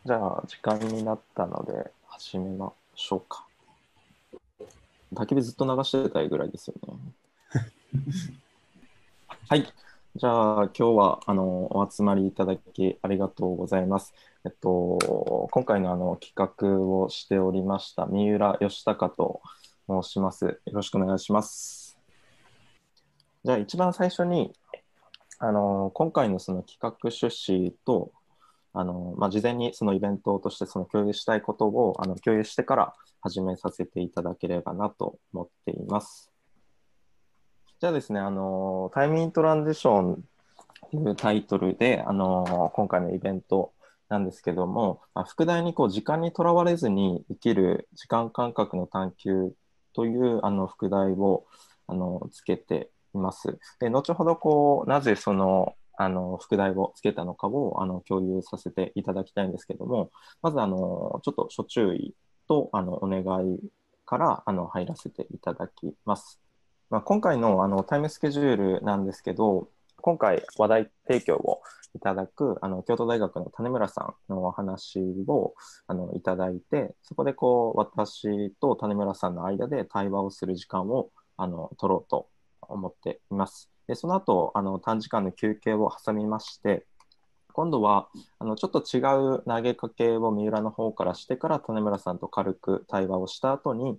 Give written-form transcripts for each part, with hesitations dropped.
じゃあ時間になったので始めましょうか。焚き火ずっと流してたいぐらいですよね。はい。じゃあ今日はお集まりいただきありがとうございます。今回の企画をしておりました三浦義孝と申します。よろしくお願いします。じゃあ一番最初に今回のその企画趣旨と事前にそのイベントとしてその共有したいことを共有してから始めさせていただければなと思っています。じゃあですね、タイムイントランジションというタイトルで、今回のイベントなんですけども、副題にこう時間にとらわれずに生きる時間感覚の探求という副題をつけています。で、後ほどこうなぜその副題をつけたのかを共有させていただきたいんですけども、まずちょっと諸注意とお願いから入らせていただきます。今回のタイムスケジュールなんですけど、今回話題提供をいただく京都大学の種村さんのお話をいただいて、そこでこう私と種村さんの間で対話をする時間を取ろうと思っています。でその後短時間の休憩を挟みまして、今度はちょっと違う投げかけを三浦の方からしてから種村さんと軽く対話をした後に、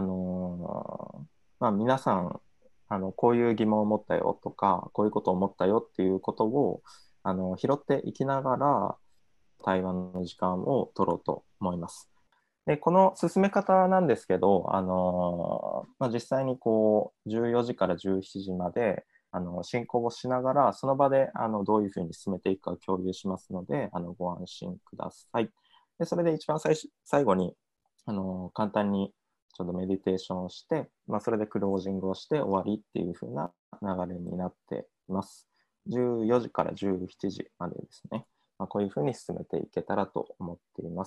皆さんこういう疑問を持ったよとかこういうことを思ったよっていうことを拾っていきながら対話の時間を取ろうと思います。でこの進め方なんですけど、実際にこう14時から17時まで進行をしながらその場でどういうふうに進めていくか共有しますのでご安心ください。でそれで一番最後に簡単にちょっとメディテーションをして、それでクロージングをして終わりっていう風な流れになっています。14時から17時までですね。こういう風に進めていけたらと思っています。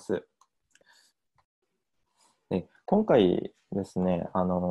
で今回ですね、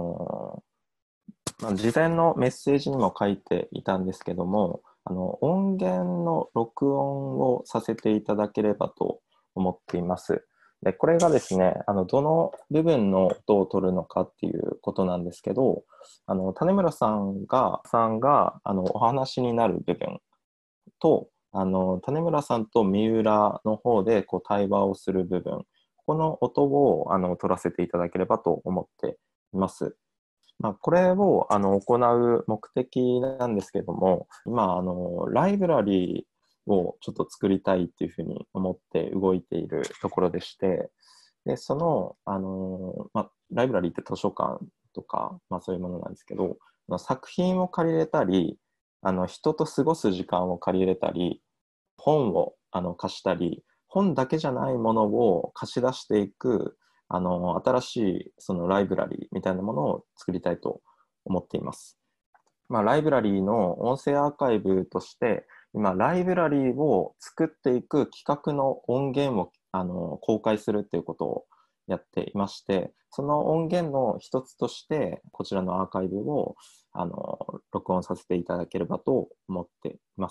事前のメッセージにも書いていたんですけども、音源の録音をさせていただければと思っています。でこれがですね、どの部分の音を取るのかっていうことなんですけど、種村さんがお話になる部分と、種村さんと三浦の方でこう対話をする部分、この音を取らせていただければと思っています。これを行う目的なんですけども、今ライブラリーをちょっと作りたいっていうふうに思って動いているところでして、でその、ライブラリーって図書館とか、そういうものなんですけど、作品を借りれたり、人と過ごす時間を借りれたり、本を貸したり、本だけじゃないものを貸し出していく新しいそのライブラリーみたいなものを作りたいと思っています。ライブラリーの音声アーカイブとして、今、ライブラリーを作っていく企画の音源を公開するっていうことをやっていまして、その音源の一つとして、こちらのアーカイブを録音させていただければと思っています。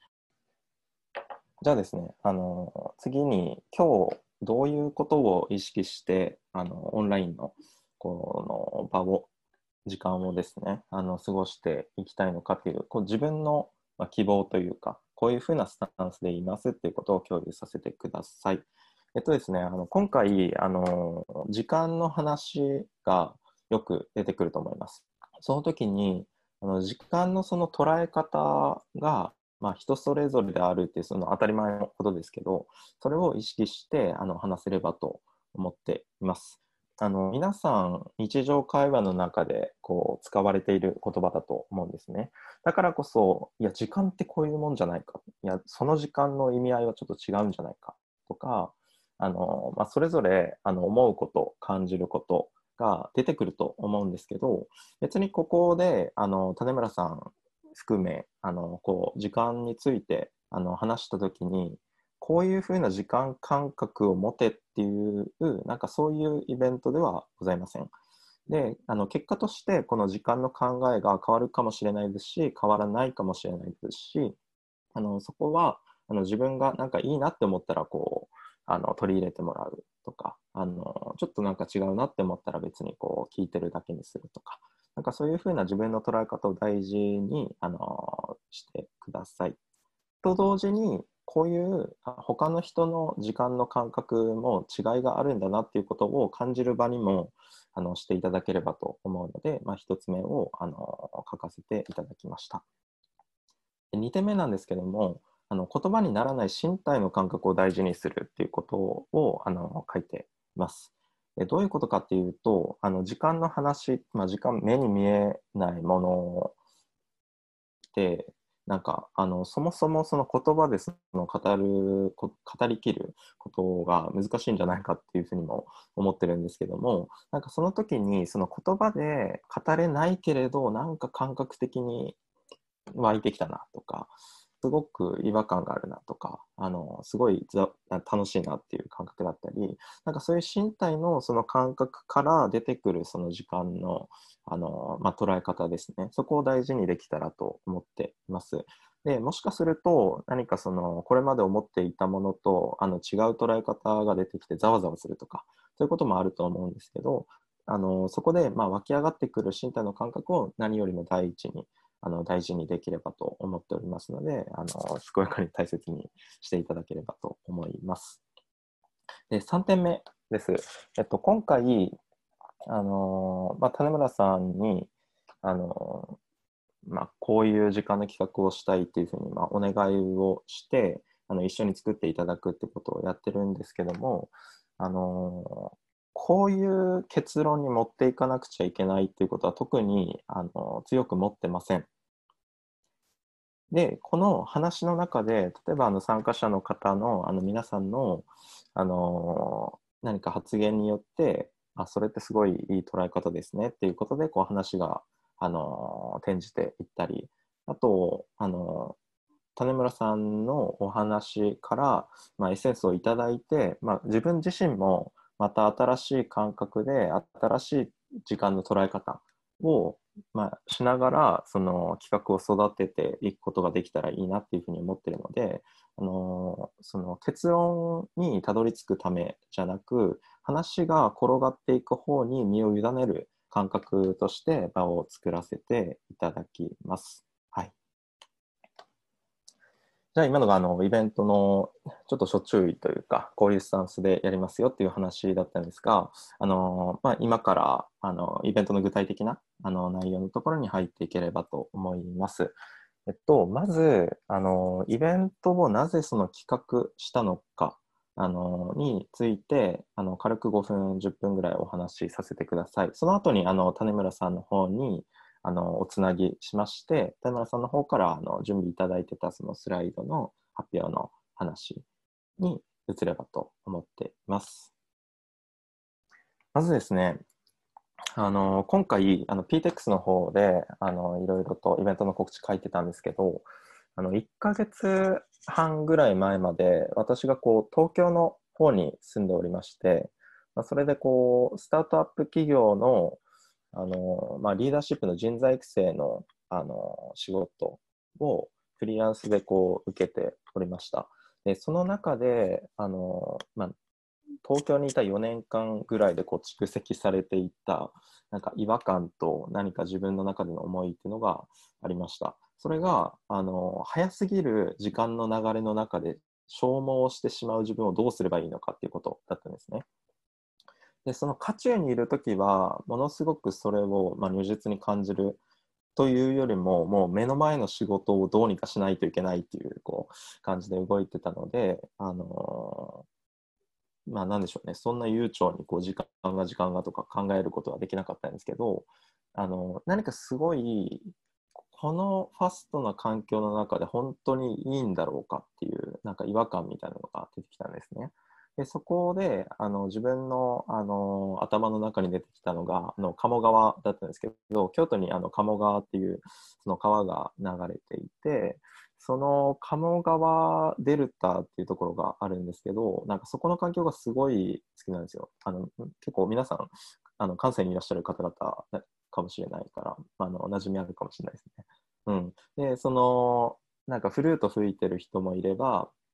じゃあですね、次に今日どういうことを意識してオンラインのこの場を時間をですね過ごしていきたいのかという自分の希望というかこういうふうなスタンスでいますっていうことを共有させてください。ですね、今回時間の話がよく出てくると思います。その時に時間のその捉え方が人それぞれであるっていうその当たり前のことですけど、それを意識して話せればと思っています。皆さん日常会話の中でこう使われている言葉だと思うんですね。だからこそ、いや時間ってこういうもんじゃないか、いやその時間の意味合いはちょっと違うんじゃないかとか、それぞれ思うこと感じることが出てくると思うんですけど、別にここで種村さん含めこう時間について話した時にこういうふうな時間感覚を持てっていうなんかそういうイベントではございません。で結果としてこの時間の考えが変わるかもしれないですし変わらないかもしれないですしそこは自分がなんかいいなって思ったらこう取り入れてもらうとか、ちょっとなんか違うなって思ったら別にこう聞いてるだけにするとか、なんかそういうふうな自分の捉え方を大事に、してください。と同時に、こういう他の人の時間の感覚も違いがあるんだなっていうことを感じる場にもしていただければと思うので、一つ目を書かせていただきました。2点目なんですけども、言葉にならない身体の感覚を大事にするっていうことを書いています。どういうことかっていうと、時間の話、時間、目に見えないもので、なんかそもそもその言葉でその語りきることが難しいんじゃないかっていうふうにも思ってるんですけども、なんかその時にその言葉で語れないけれど、なんか感覚的に湧いてきたなとか、すごく違和感があるなとか、すごい楽しいなっていう感覚だったり、なんかそういう身体のその感覚から出てくるその時間の、捉え方ですね。そこを大事にできたらと思っています。で、もしかすると何かその、これまで思っていたものと違う捉え方が出てきてざわざわするとか、そういうこともあると思うんですけど、そこで湧き上がってくる身体の感覚を何よりも第一に大事にできればと思っておりますので、健やかに大切にしていただければと思います。で、3点目です。今回、種村さんに、こういう時間の企画をしたいっていうふうに、お願いをして、一緒に作っていただくってことをやってるんですけども、こういう結論に持っていかなくちゃいけないっていうことは特に強く持ってません。で、この話の中で、例えば参加者の方の皆さんの何か発言によって、それってすごいいい捉え方ですねっていうことで、こう話が転じていったり、あと種村さんのお話から、エッセンスをいただいて、自分自身もまた新しい感覚で新しい時間の捉え方を、しながらその企画を育てていくことができたらいいなっていうふうに思っているので、その結論にたどり着くためじゃなく、話が転がっていく方に身を委ねる感覚として場を作らせていただきます。はい。じゃあ今のがイベントのちょっと諸注意というか、こういうスタンスでやりますよっていう話だったんですが、今からイベントの具体的な内容のところに入っていければと思います。まずイベントをなぜその企画したのかについて軽く5分、10分ぐらいお話しさせてください。その後に種村さんの方におつなぎしまして、田村さんの方から準備いただいてたそのスライドの発表の話に移ればと思っています。まずですね、今回PTEX の方でいろいろとイベントの告知書いてたんですけど、1ヶ月半ぐらい前まで私がこう東京の方に住んでおりまして、それでこうスタートアップ企業のリーダーシップの人材育成の、仕事をフリーランスでこう受けておりました。で、その中で、東京にいた4年間ぐらいでこう蓄積されていったなんか違和感と何か自分の中での思いっていうのがありました。それが早すぎる時間の流れの中で消耗してしまう自分をどうすればいいのかっていうことだったんですね。で、その渦中にいるときは、ものすごくそれを、如実に感じるというよりも、もう目の前の仕事をどうにかしないといけないっていうこう感じで動いてたので、なんでしょうね、そんな悠長にこう時間がとか考えることはできなかったんですけど、何かすごい、このファストな環境の中で本当にいいんだろうかっていう、なんか違和感みたいなのが出てきたんですね。で、そこで、自分の、頭の中に出てきたのが、鴨川だったんですけど、京都に鴨川っていう、その川が流れていて、その鴨川デルタっていうところがあるんですけど、なんかそこの環境がすごい好きなんですよ。結構皆さん、関西にいらっしゃる方々かもしれないから、馴染みあるかもしれないですね。うん。で、なんかフルート吹いてる人もいれば、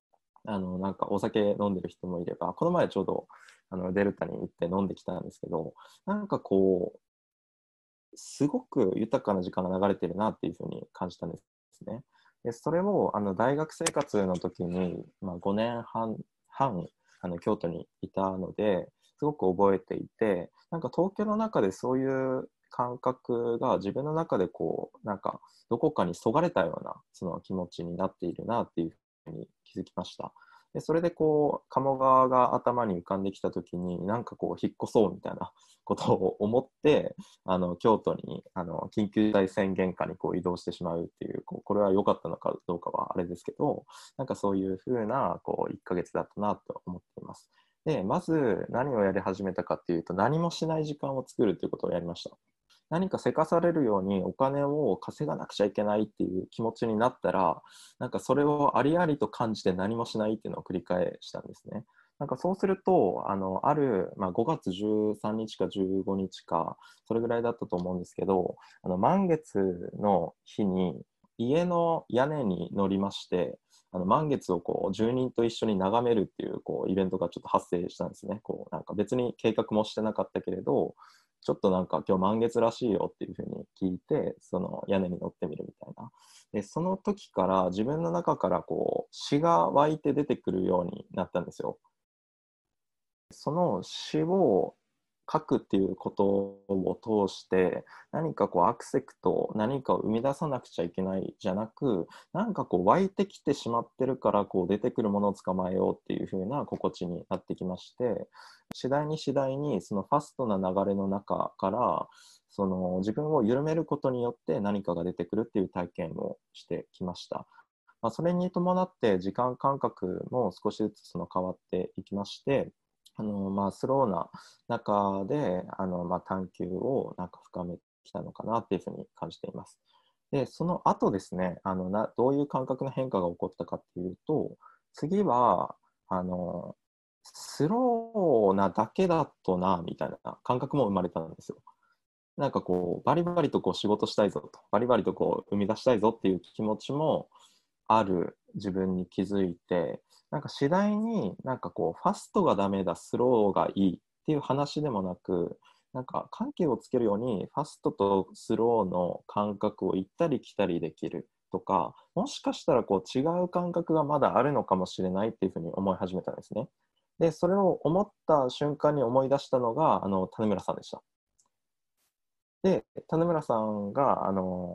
なんかお酒飲んでる人もいれば、この前ちょうどデルタに行って飲んできたんですけど、なんかこうすごく豊かな時間が流れてるなっていうふうに感じたんですね。でそれを大学生活の時に、5年半京都にいたのですごく覚えていて、なんか東京の中でそういう感覚が自分の中でこうなんかどこかにそがれたようなその気持ちになっているなっていうふうに気づきました。でそれでこう鴨川が頭に浮かんできた時になんかこう引っ越そうみたいなことを思って京都に緊急事態宣言下にこう移動してしまうっていう、これは良かったのかどうかはあれですけど、なんかそういうふうなこう1ヶ月だったなと思っています。でまず何をやり始めたかっていうと、何もしない時間を作るということをやりました。何かせかされるようにお金を稼がなくちゃいけないっていう気持ちになったら、なんかそれをありありと感じて何もしないっていうのを繰り返したんですね。なんかそうすると、5月13日か15日か、それぐらいだったと思うんですけど、満月の日に家の屋根に乗りまして、満月をこう住人と一緒に眺めるっていうこうイベントがちょっと発生したんですね。こうなんか別に計画もしてなかったけれど、ちょっとなんか今日満月らしいよっていうふうに聞いて、その屋根に乗ってみるみたいな。で、その時から自分の中からこう詩が湧いて出てくるようになったんですよ。その詩を書くっていうことを通して何かこうアクセクト、何かを生み出さなくちゃいけないじゃなく、なんかこう湧いてきてしまってるからこう出てくるものを捕まえようっていう風な心地になってきまして、次第にそのファストな流れの中からその自分を緩めることによって何かが出てくるっていう体験をしてきました。それに伴って時間感覚も少しずつその変わっていきまして、スローな中で探求をなんか深めてきたのかなっていうふうに感じています。で、その後ですね、どういう感覚の変化が起こったかっていうと、次はあのスローなだけだとなみたいな感覚も生まれたんですよ。なんかこうバリバリとこう仕事したいぞと、バリバリとこう生み出したいぞっていう気持ちもある自分に気づいて、なんか次第になんかこうファストがダメだ、スローがいいっていう話でもなく、なんか緩急をつけるようにファストとスローの感覚を行ったり来たりできるとか、もしかしたらこう違う感覚がまだあるのかもしれないっていうふうに思い始めたんですね。でそれを思った瞬間に思い出したのが種村さんでした。で、種村さんが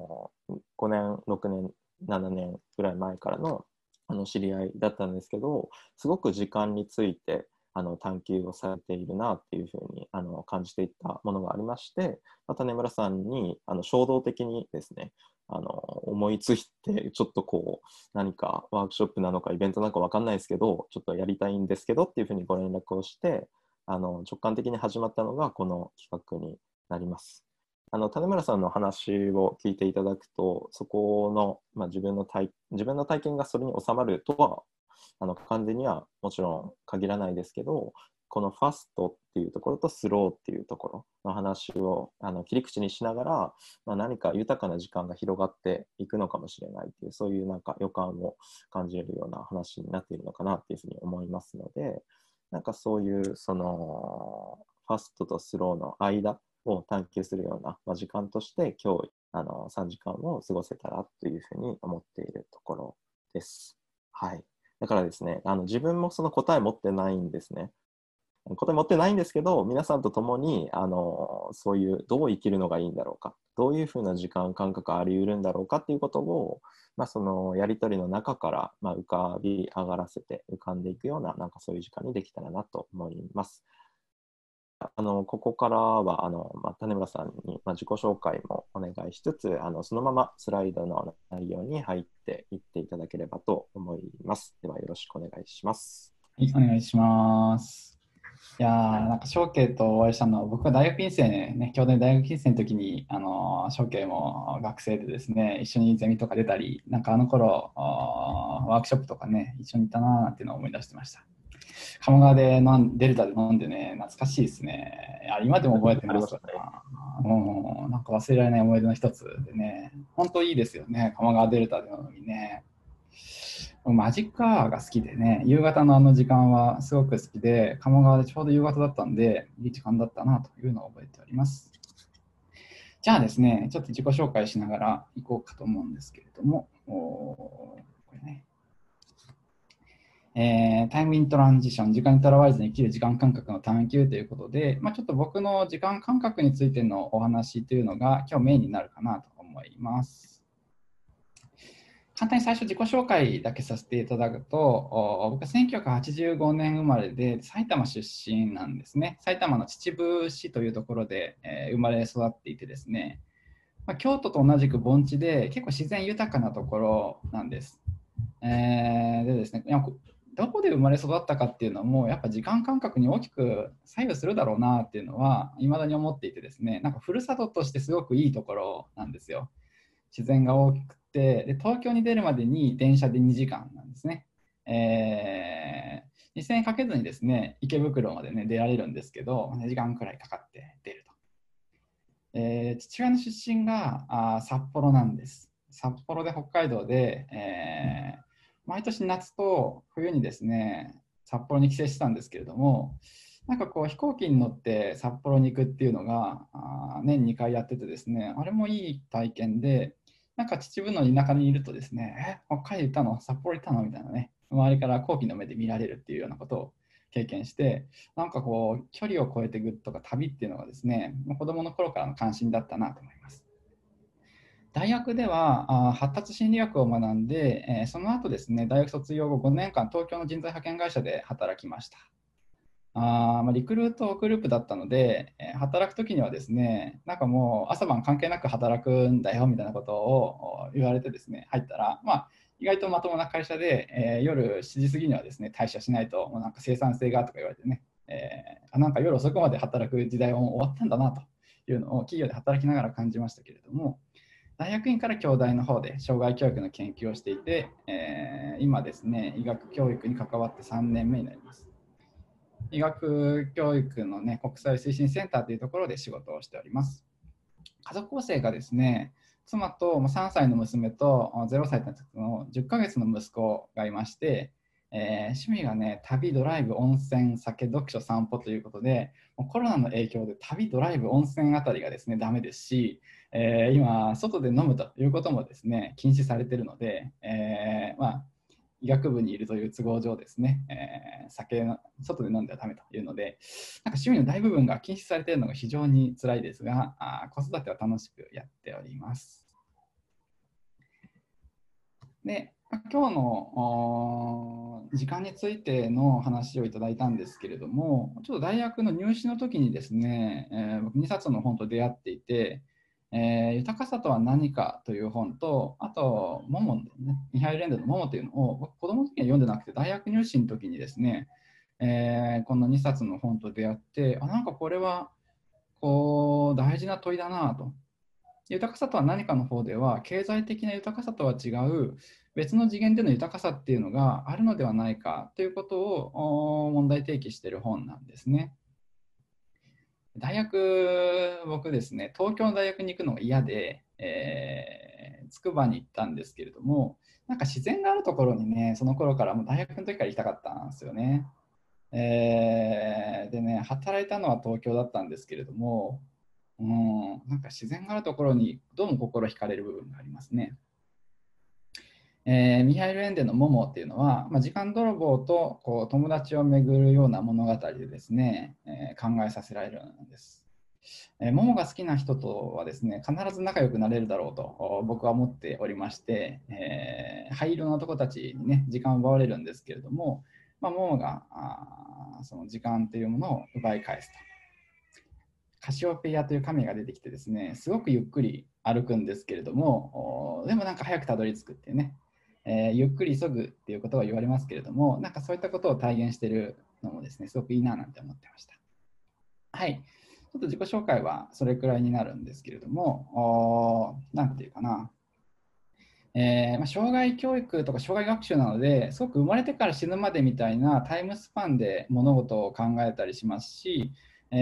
5年、6年、7年ぐらい前からの知り合いだったんですけど、すごく時間について探求をされているなっていうふうに感じていったものがありまして、種村さんに衝動的にですね、思いついて、ちょっとこう何かワークショップなのかイベントなのか分かんないですけど、ちょっとやりたいんですけどっていうふうにご連絡をして、直感的に始まったのがこの企画になります。種村さんの話を聞いていただくと、そこの、自分の体験がそれに収まるとは完全にはもちろん限らないですけど、このファストっていうところとスローっていうところの話を切り口にしながら、何か豊かな時間が広がっていくのかもしれないっていう、そういうなんか予感を感じれるような話になっているのかなっていうふうに思いますので、なんかそういうそのファストとスローの間を探求するような、時間として今日3時間を過ごせたらというふうに思っているところです。はい。だからですね、自分もその答え持ってないんですね。答え持ってないんですけど、皆さんと共にそういうどう生きるのがいいんだろうか、どういうふうな時間感覚あり得るんだろうかっていうことを、そのやり取りの中から、浮かび上がらせて浮かんでいくような、なんかそういう時間にできたらなと思います。ここからは種村さんに、自己紹介もお願いしつつ、そのままスライドの内容に入っていっていただければと思います。ではよろしくお願いします。 はい、お願いします。いやー、なんか翔慶とお会いしたのは、僕は大学院生ね、京大大学院生の時に、翔慶も学生でですね、一緒にゼミとか出たり、なんかあの頃、ワークショップとかね、一緒にいたなーなんていうのを思い出してました。鴨川でデルタで飲んでね、懐かしいですね。今でも覚えてますわ。 ありましたね。 なんか忘れられない思い出の一つでね、本当いいですよね、鴨川デルタで飲むのにね。 マジックアワーが好きでね、夕方のあの時間はすごく好きで、鴨川でちょうど夕方だったんで、いい時間だったなというのを覚えております。じゃあですね、ちょっと自己紹介しながらいこうかと思うんですけれども、これね、タイムイントランジション、時間にとらわれずに生きる時間感覚の探求ということで、ちょっと僕の時間感覚についてのお話というのが今日メインになるかなと思います。簡単に最初自己紹介だけさせていただくと、僕は1985年生まれで埼玉出身なんですね。埼玉の秩父市というところで、生まれ育っていてですね、京都と同じく盆地で結構自然豊かなところなんです。でですね、どこで生まれ育ったかっていうのもやっぱ時間感覚に大きく左右するだろうなっていうのは未だに思っていてですね、なんかふるさととしてすごくいいところなんですよ。自然が大きくて、で東京に出るまでに電車で2時間なんですね。2000円かけずにですね、池袋まで、ね、出られるんですけど、2時間くらいかかって出ると。父親の出身が札幌なんです。札幌で北海道で、毎年夏と冬にですね、札幌に帰省してたんですけれども、なんかこう飛行機に乗って札幌に行くっていうのが年2回やっててですね、あれもいい体験で、なんか秩父の田舎にいるとですね、北海道行ったの札幌行ったのみたいなね、周りから好奇の目で見られるっていうようなことを経験して、なんかこう距離を超えていくとか旅っていうのがですね、子供の頃からの関心だったなと思います。大学では発達心理学を学んで、その後ですね、大学卒業後5年間東京の人材派遣会社で働きました。リクルートグループだったので、働く時にはですね、なんかもう朝晩関係なく働くんだよみたいなことを言われてですね、入ったら、意外とまともな会社で、夜7時過ぎにはですね、退社しないと、もうなんか生産性がとか言われてね、なんか夜遅くまで働く時代はもう終わったんだなというのを企業で働きながら感じましたけれども、大学院から京大の方で障害教育の研究をしていて、今ですね、医学教育に関わって3年目になります。医学教育の、ね、国際推進センターというところで仕事をしております。家族構成がですね、妻と3歳の娘と0歳の10ヶ月の息子がいまして、趣味がね、旅、ドライブ、温泉、酒、読書、散歩ということで、コロナの影響で旅、ドライブ、温泉あたりがですね、ダメですし、今、外で飲むということもですね、禁止されているので、医学部にいるという都合上ですね、酒の外で飲んではダメというので、なんか趣味の大部分が禁止されているのが非常に辛いですが、子育ては楽しくやっております。で、今日の時間についての話をいただいたんですけれども、ちょっと大学の入試の時にですね、僕2冊の本と出会っていて、豊かさとは何かという本と、あと、モモ、ね、ミハイル・レンドのモモというのを、僕、子供の時には読んでなくて、大学入試の時にですね、この2冊の本と出会って、なんかこれはこう大事な問いだなと。豊かさとは何かの方では、経済的な豊かさとは違う別の次元での豊かさっていうのがあるのではないかということを問題提起している本なんですね。大学、僕ですね、東京の大学に行くのが嫌で、筑波に行ったんですけれども、なんか自然があるところにね、その頃からもう大学の時から行きたかったんですよね。でね、働いたのは東京だったんですけれども、なんか自然があるところにどうも心惹かれる部分がありますね。ミハイル・エンデの「モモ」っていうのは、時間泥棒とこう友達を巡るような物語でですね、考えさせられるんです。モモが好きな人とはですね、必ず仲良くなれるだろうと僕は思っておりまして、灰色の男たちにね、時間を奪われるんですけれども、モモがその時間というものを奪い返すと。カシオペイアという亀が出てきてですね、すごくゆっくり歩くんですけれども、でもなんか早くたどり着くっていうね、ゆっくり急ぐっていうことが言われますけれども、なんかそういったことを体現しているのもですね、すごくいいななんて思ってました。はい。ちょっと自己紹介はそれくらいになるんですけれども、なんていうかな、障害教育とか障害学習なのですごく生まれてから死ぬまでみたいなタイムスパンで物事を考えたりしますし、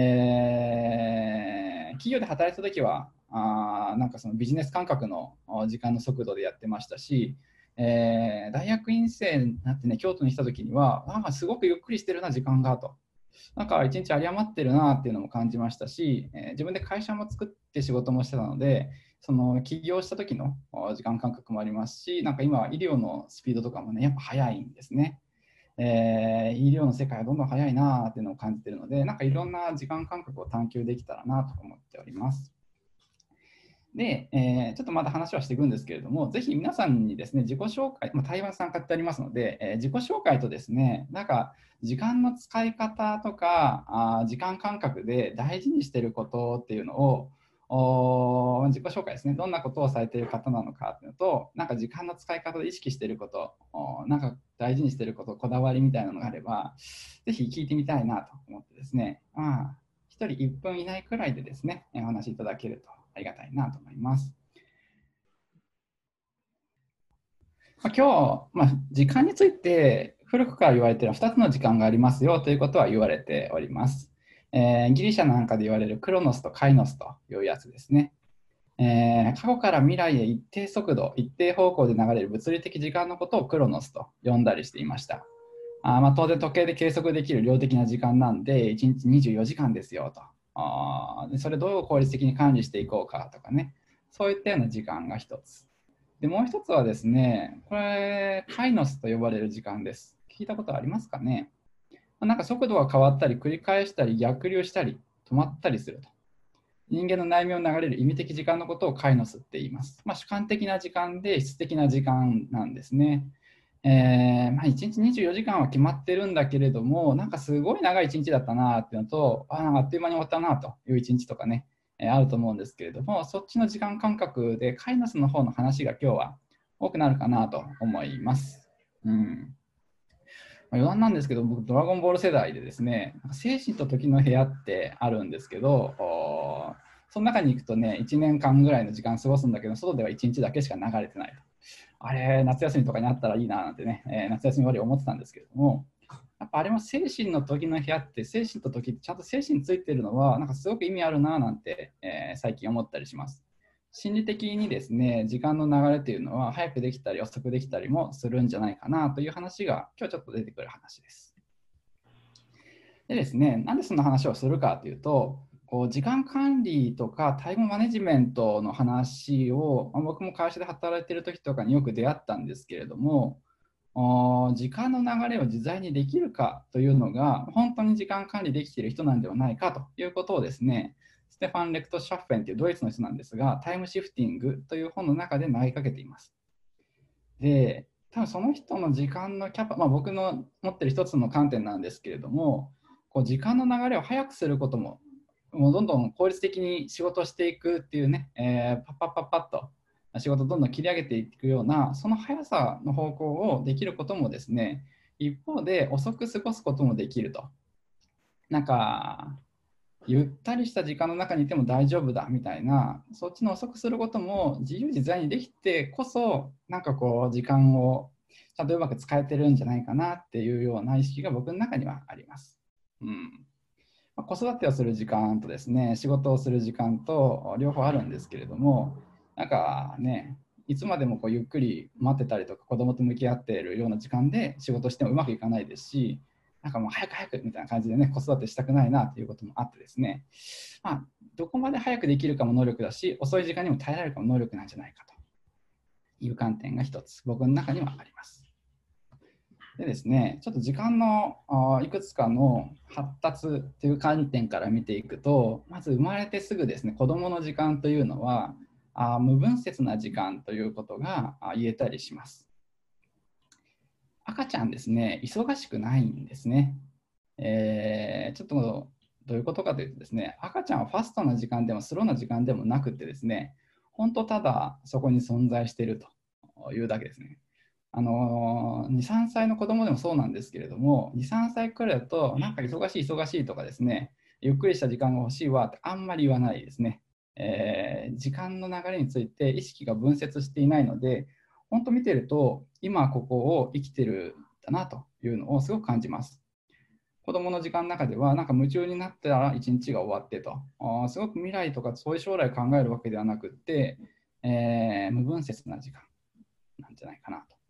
企業で働いた時はなんかそのビジネス感覚の時間の速度でやってましたし、 大学院生になってね、京都に来た時には、なんかすごくゆっくりしてるな、時間がと。なんか一日有り余ってるなっていうのも感じましたし、自分で会社も作って仕事もしてたので、その起業した時の時間感覚もありますし、なんか今医療のスピードとかもね、やっぱ早いんですね。医療の世界はどんどん早いなっていうのを感じているので、なんかいろんな時間感覚を探求できたらなと思っております。で、ちょっとまた話はしていくんですけれども、ぜひ皆さんにですね、自己紹介、対話に参加ってありますので、自己紹介とですね、なんか時間の使い方とか、時間感覚で大事にしていることっていうのを、自己紹介ですね、どんなことをされている方なのかっていうのと、なんか時間の使い方で意識していること、なんか大事にしていること、こだわりみたいなのがあれば、ぜひ聞いてみたいなと思ってですね、1人1分以内くらいでですね、お話しいただけるとありがたいなと思います。今日、時間について古くから言われている2つの時間がありますよということは言われております。ギリシャなんかで言われるクロノスとカイノスというやつですね。過去から未来へ一定速度、一定方向で流れる物理的時間のことをクロノスと呼んだりしていました。当然時計で計測できる量的な時間なんで、1日24時間ですよと。でそれどう効率的に管理していこうかとかね、そういったような時間が一つ。で、もう一つはですね、これ、カイノスと呼ばれる時間です。聞いたことありますかね？なんか速度が変わったり、繰り返したり、逆流したり、止まったりすると。人間の内面を流れる意味的時間のことをカイノスって言います。主観的な時間で質的な時間なんですね。1日24時間は決まってるんだけれども、なんかすごい長い1日だったなっていうのと、なんかあっという間に終わったなという1日とかね、あると思うんですけれども、そっちの時間感覚でカイナスの方の話が今日は多くなるかなと思います。余談なんですけど、僕、ドラゴンボール世代でですね、精神と時の部屋ってあるんですけど、その中に行くとね、1年間ぐらいの時間過ごすんだけど、外では1日だけしか流れてないと。あれ、夏休みとかにあったらいいななんてね、夏休み終わり思ってたんですけれども、やっぱあれも精神の時の部屋って、精神と時ってちゃんと精神ついてるのは、なんかすごく意味あるななんて、最近思ったりします。心理的にですね、時間の流れというのは早くできたり遅くできたりもするんじゃないかなという話が今日ちょっと出てくる話です。でですね、なんでそんな話をするかというと、時間管理とかタイムマネジメントの話を、僕も会社で働いている時とかによく出会ったんですけれども、時間の流れを自在にできるかというのが本当に時間管理できている人なんではないかということをですね、ステファン・レクト・シャッフェンというドイツの人なんですが、タイムシフティングという本の中で投げかけています。で、多分その人の時間のキャパ、僕の持ってる一つの観点なんですけれども、時間の流れを早くすることも、もうどんどん効率的に仕事をしていくっていうね、パッパッパッパッと仕事をどんどん切り上げていくような、その速さの方向をできることもですね、一方で遅く過ごすこともできると。なんか、ゆったりした時間の中にいても大丈夫だみたいな、そっちの遅くすることも自由自在にできてこそ、なんか時間をちゃんとうまく使えてるんじゃないかなっていうような意識が僕の中にはあります。子育てをする時間とですね、仕事をする時間と両方あるんですけれども、なんかね、いつまでもゆっくり待ってたりとか、子供と向き合っているような時間で仕事してもうまくいかないですし、なんかもう早く早くみたいな感じでね、子育てしたくないなということもあってですね、どこまで早くできるかも能力だし、遅い時間にも耐えられるかも能力なんじゃないかという観点が一つ、僕の中にはあります。でですね、ちょっと時間のいくつかの発達という観点から見ていくと、まず生まれてすぐですね、子どもの時間というのは無分節な時間ということが言えたりします。赤ちゃんですね、忙しくないんですね。ちょっとどういうことかというとですね、赤ちゃんはファストな時間でもスローな時間でもなくてですね、本当ただそこに存在しているというだけですね。2、3歳の子供でもそうなんですけれども、2、3歳くらいだと、なんか忙しい忙しいとかですね、ゆっくりした時間が欲しいわってあんまり言わないですね。時間の流れについて意識が分節していないので、本当見てると、今ここを生きてるんだなというのをすごく感じます。子供の時間の中では、なんか夢中になったら一日が終わってと、すごく未来とかそういう将来を考えるわけではなくって、無分節な時間なんじゃないかなと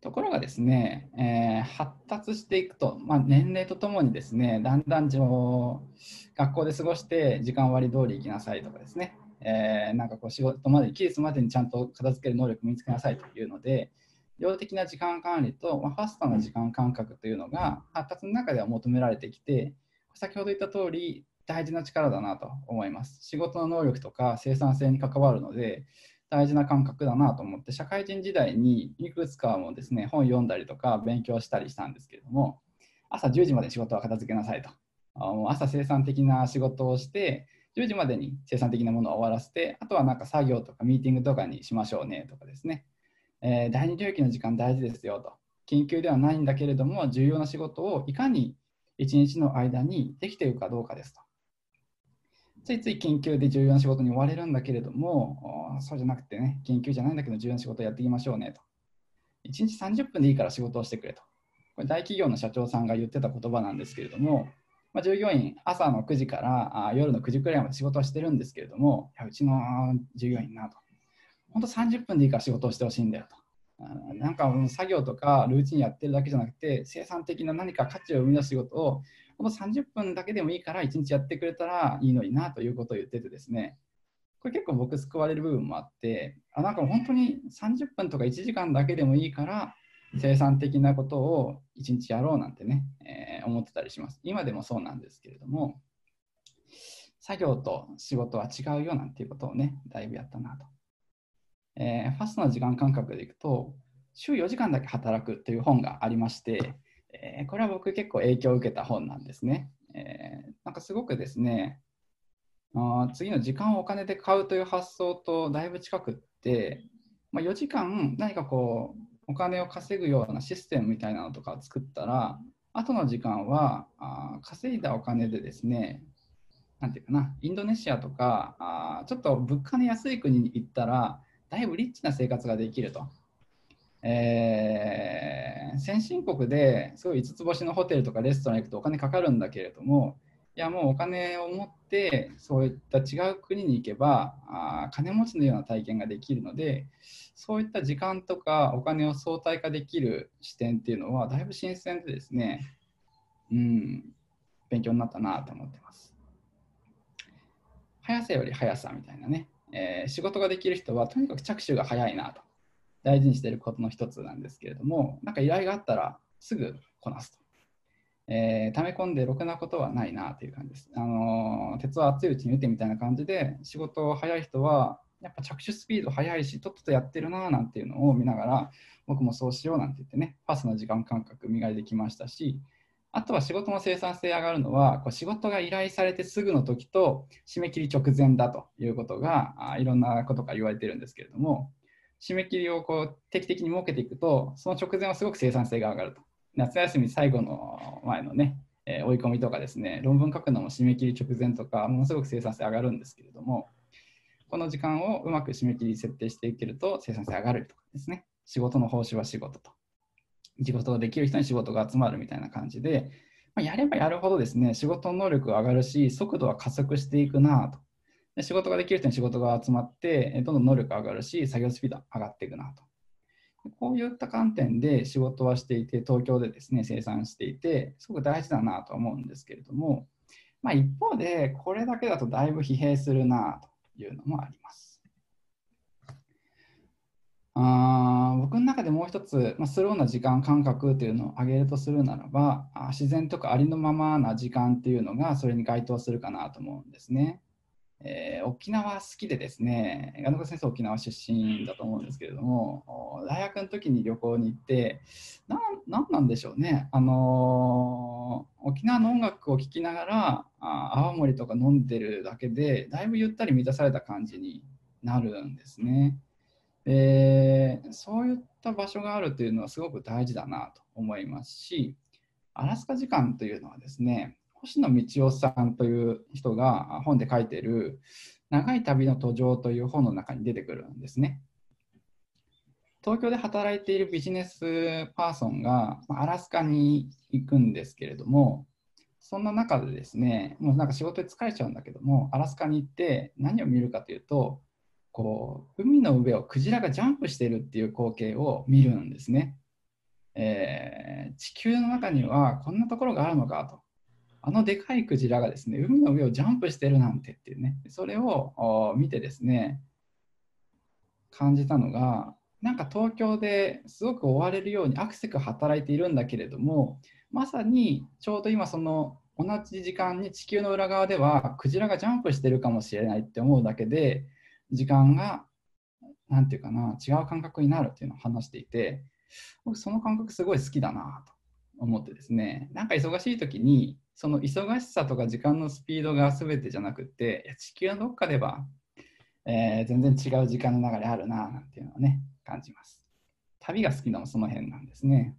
ところがですね、発達していくと、年齢とともにですね、だんだん学校で過ごして時間割り通り行きなさいとかですね、なんかこう仕事まで、期日までにちゃんと片付ける能力を身につけなさいというので、量的な時間管理と、ファストな時間感覚というのが発達の中では求められてきて、先ほど言った通り大事な力だなと思います。仕事の能力とか生産性に関わるので、大事な感覚だなと思って、社会人時代にいくつかもですね、本読んだりとか勉強したりしたんですけれども、朝10時まで仕事は片付けなさいと。もう朝生産的な仕事をして、10時までに生産的なものを終わらせて、あとはなんか作業とかミーティングとかにしましょうねとかですね、第二領域の時間大事ですよと。緊急ではないんだけれども、重要な仕事をいかに1日の間にできているかどうかですと。ついつい緊急で重要な仕事に追われるんだけれども、そうじゃなくてね、緊急じゃないんだけど重要な仕事をやっていきましょうねと。1日30分でいいから仕事をしてくれと。これ大企業の社長さんが言ってた言葉なんですけれども、従業員朝の9時から夜の9時くらいまで仕事はしてるんですけれども、いやうちの従業員なと。本当30分でいいから仕事をしてほしいんだよと。なんか作業とかルーチンやってるだけじゃなくて、生産的な何か価値を生み出す仕事をこの30分だけでもいいから1日やってくれたらいいのになということを言っててですね、これ結構僕救われる部分もあって、なんか本当に30分とか1時間だけでもいいから生産的なことを1日やろうなんてね、思ってたりします。今でもそうなんですけれども、作業と仕事は違うよなんていうことをね、だいぶやったなと。ファストな時間感覚でいくと、週4時間だけ働くという本がありまして、これは僕結構影響を受けた本なんですね。なんかすごくですね、次の時間をお金で買うという発想とだいぶ近くって、4時間何かこうお金を稼ぐようなシステムみたいなのとかを作ったら、後の時間は稼いだお金でですね、なんていうかな、インドネシアとかちょっと物価の安い国に行ったらだいぶリッチな生活ができると。先進国ですごい5つ星のホテルとかレストラン行くとお金かかるんだけれども、いやもうお金を持ってそういった違う国に行けば金持ちのような体験ができるので、そういった時間とかお金を相対化できる視点っていうのはだいぶ新鮮でですね、勉強になったなと思ってます。速さより速さみたいなね、仕事ができる人はとにかく着手が早いなと大事にしていることの一つなんですけれども、なんか依頼があったらすぐこなすと。溜め込んでろくなことはないなという感じです。鉄は熱いうちに打てみたいな感じで、仕事早い人はやっぱ着手スピード速いし、とっととやってるななんていうのを見ながら、僕もそうしようなんて言ってね、パスの時間感覚磨いてきましたし、あとは仕事の生産性上がるのは、こう仕事が依頼されてすぐの時と締め切り直前だということがいろんなことから言われてるんですけれども、締め切りをこう定期的に設けていくと、その直前はすごく生産性が上がると。夏休み最後の前のね、追い込みとかですね、論文書くのも締め切り直前とか、ものすごく生産性上がるんですけれども、この時間をうまく締め切り設定していけると生産性上がるとかですね、仕事の報酬は仕事と、仕事ができる人に仕事が集まるみたいな感じで、やればやるほどですね、仕事の能力が上がるし、速度は加速していくなと。で仕事ができる人に仕事が集まって、どんどん能力が上がるし、作業スピード上がっていくなと。こういった観点で仕事はしていて、東京でですね、生産していて、すごく大事だなと思うんですけれども、一方で、これだけだとだいぶ疲弊するなというのもあります。僕の中でもう一つ、スローな時間感覚というのを挙げるとするならば、自然とかありのままな時間っていうのがそれに該当するかなと思うんですね。沖縄好きでですね、金子先生沖縄出身だと思うんですけれども、大学の時に旅行に行って、なんなんでしょうね、沖縄の音楽を聴きながら泡盛とか飲んでるだけでだいぶゆったり満たされた感じになるんですね。そういった場所があるというのはすごく大事だなと思いますし、アラスカ時間というのはですね、星野道夫さんという人が本で書いている長い旅の途上という本の中に出てくるんですね。東京で働いているビジネスパーソンがアラスカに行くんですけれども、そんな中でですね、もうなんか仕事で疲れちゃうんだけども、アラスカに行って何を見るかというと、こう海の上をクジラがジャンプしているっていう光景を見るんですね。 地球の中にはこんなところがあるのかと。あのでかいクジラがですね、海の上をジャンプしてるなんてっていうね、それを見てですね、感じたのが、なんか東京ですごく追われるようにアクセク働いているんだけれども、まさにちょうど今その同じ時間に地球の裏側ではクジラがジャンプしてるかもしれないって思うだけで、時間がなんていうかな、違う感覚になるっていうのを話していて、僕その感覚すごい好きだなと思ってですね、なんか忙しい時にその忙しさとか時間のスピードが全てじゃなくて、地球のどっかでは全然違う時間の流れあるななんていうのはね、感じます。旅が好きなのもその辺なんですね。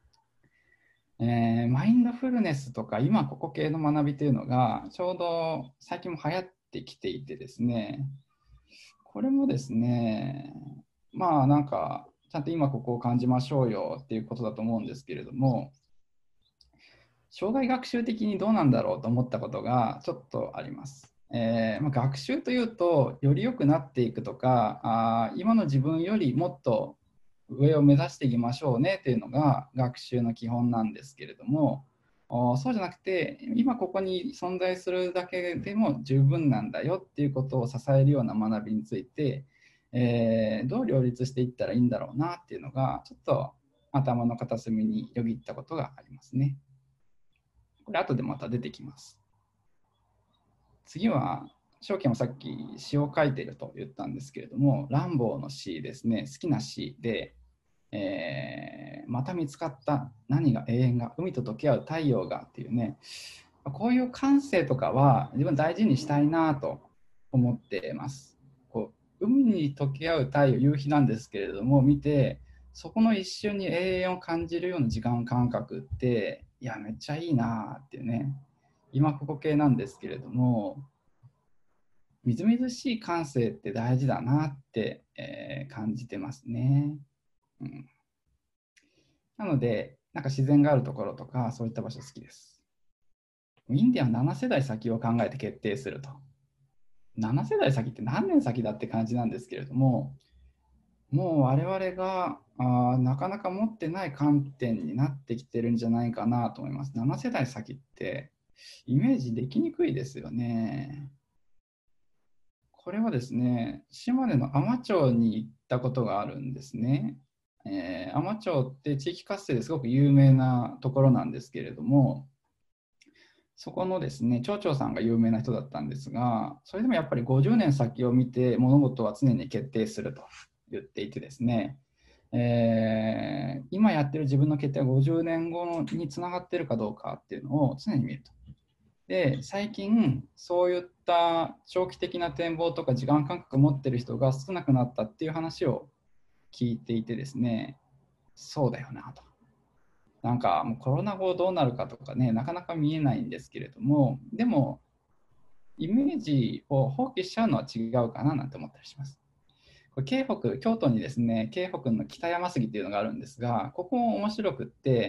マインドフルネスとか今ここ系の学びというのがちょうど最近も流行ってきていてですね、これもですね、まあなんかちゃんと今ここを感じましょうよっていうことだと思うんですけれども、生涯学習的にどうなんだろうと思ったことがちょっとあります。学習というとより良くなっていくとか、今の自分よりもっと上を目指していきましょうねというのが学習の基本なんですけれども、そうじゃなくて今ここに存在するだけでも十分なんだよっていうことを支えるような学びについて、どう両立していったらいいんだろうなっていうのがちょっと頭の片隅によぎったことがありますね。これ後でまた出てきます。次は、翔慶もさっき詩を書いていると言ったんですけれども、ランボーの詩ですね、好きな詩で、また見つかった何が永遠が海と溶け合う太陽がっていうね、こういう感性とかは自分大事にしたいなと思っています。こう海に溶け合う太陽、夕日なんですけれども、見てそこの一瞬に永遠を感じるような時間感覚って、いやめっちゃいいなっていうね、今ここ系なんですけれども、みずみずしい感性って大事だなって、感じてますね。うん、なので、なんか自然があるところとか、そういった場所好きです。インディアン7世代先を考えて決定すると。7世代先って何年先だって感じなんですけれども、もう我々がなかなか持ってない観点になってきてるんじゃないかなと思います。7世代先ってイメージできにくいですよね。これはですね、島根の海士町に行ったことがあるんですね。海士町って地域活性ですごく有名なところなんですけれども、そこのですね、町長さんが有名な人だったんですが、それでもやっぱり50年先を見て物事は常に決定すると言っていてですね、今やってる自分の決定は50年後につながっているかどうかっていうのを常に見ると。で、最近そういった長期的な展望とか時間感覚を持ってる人が少なくなったっていう話を聞いていてですね、そうだよなと。なんかもうコロナ後どうなるかとかね、なかなか見えないんですけれども、でもイメージを放棄しちゃうのは違うかななんて思ったりします。これ京北、京都にですね、京北の北山杉っていうのがあるんですが、ここも面白くって、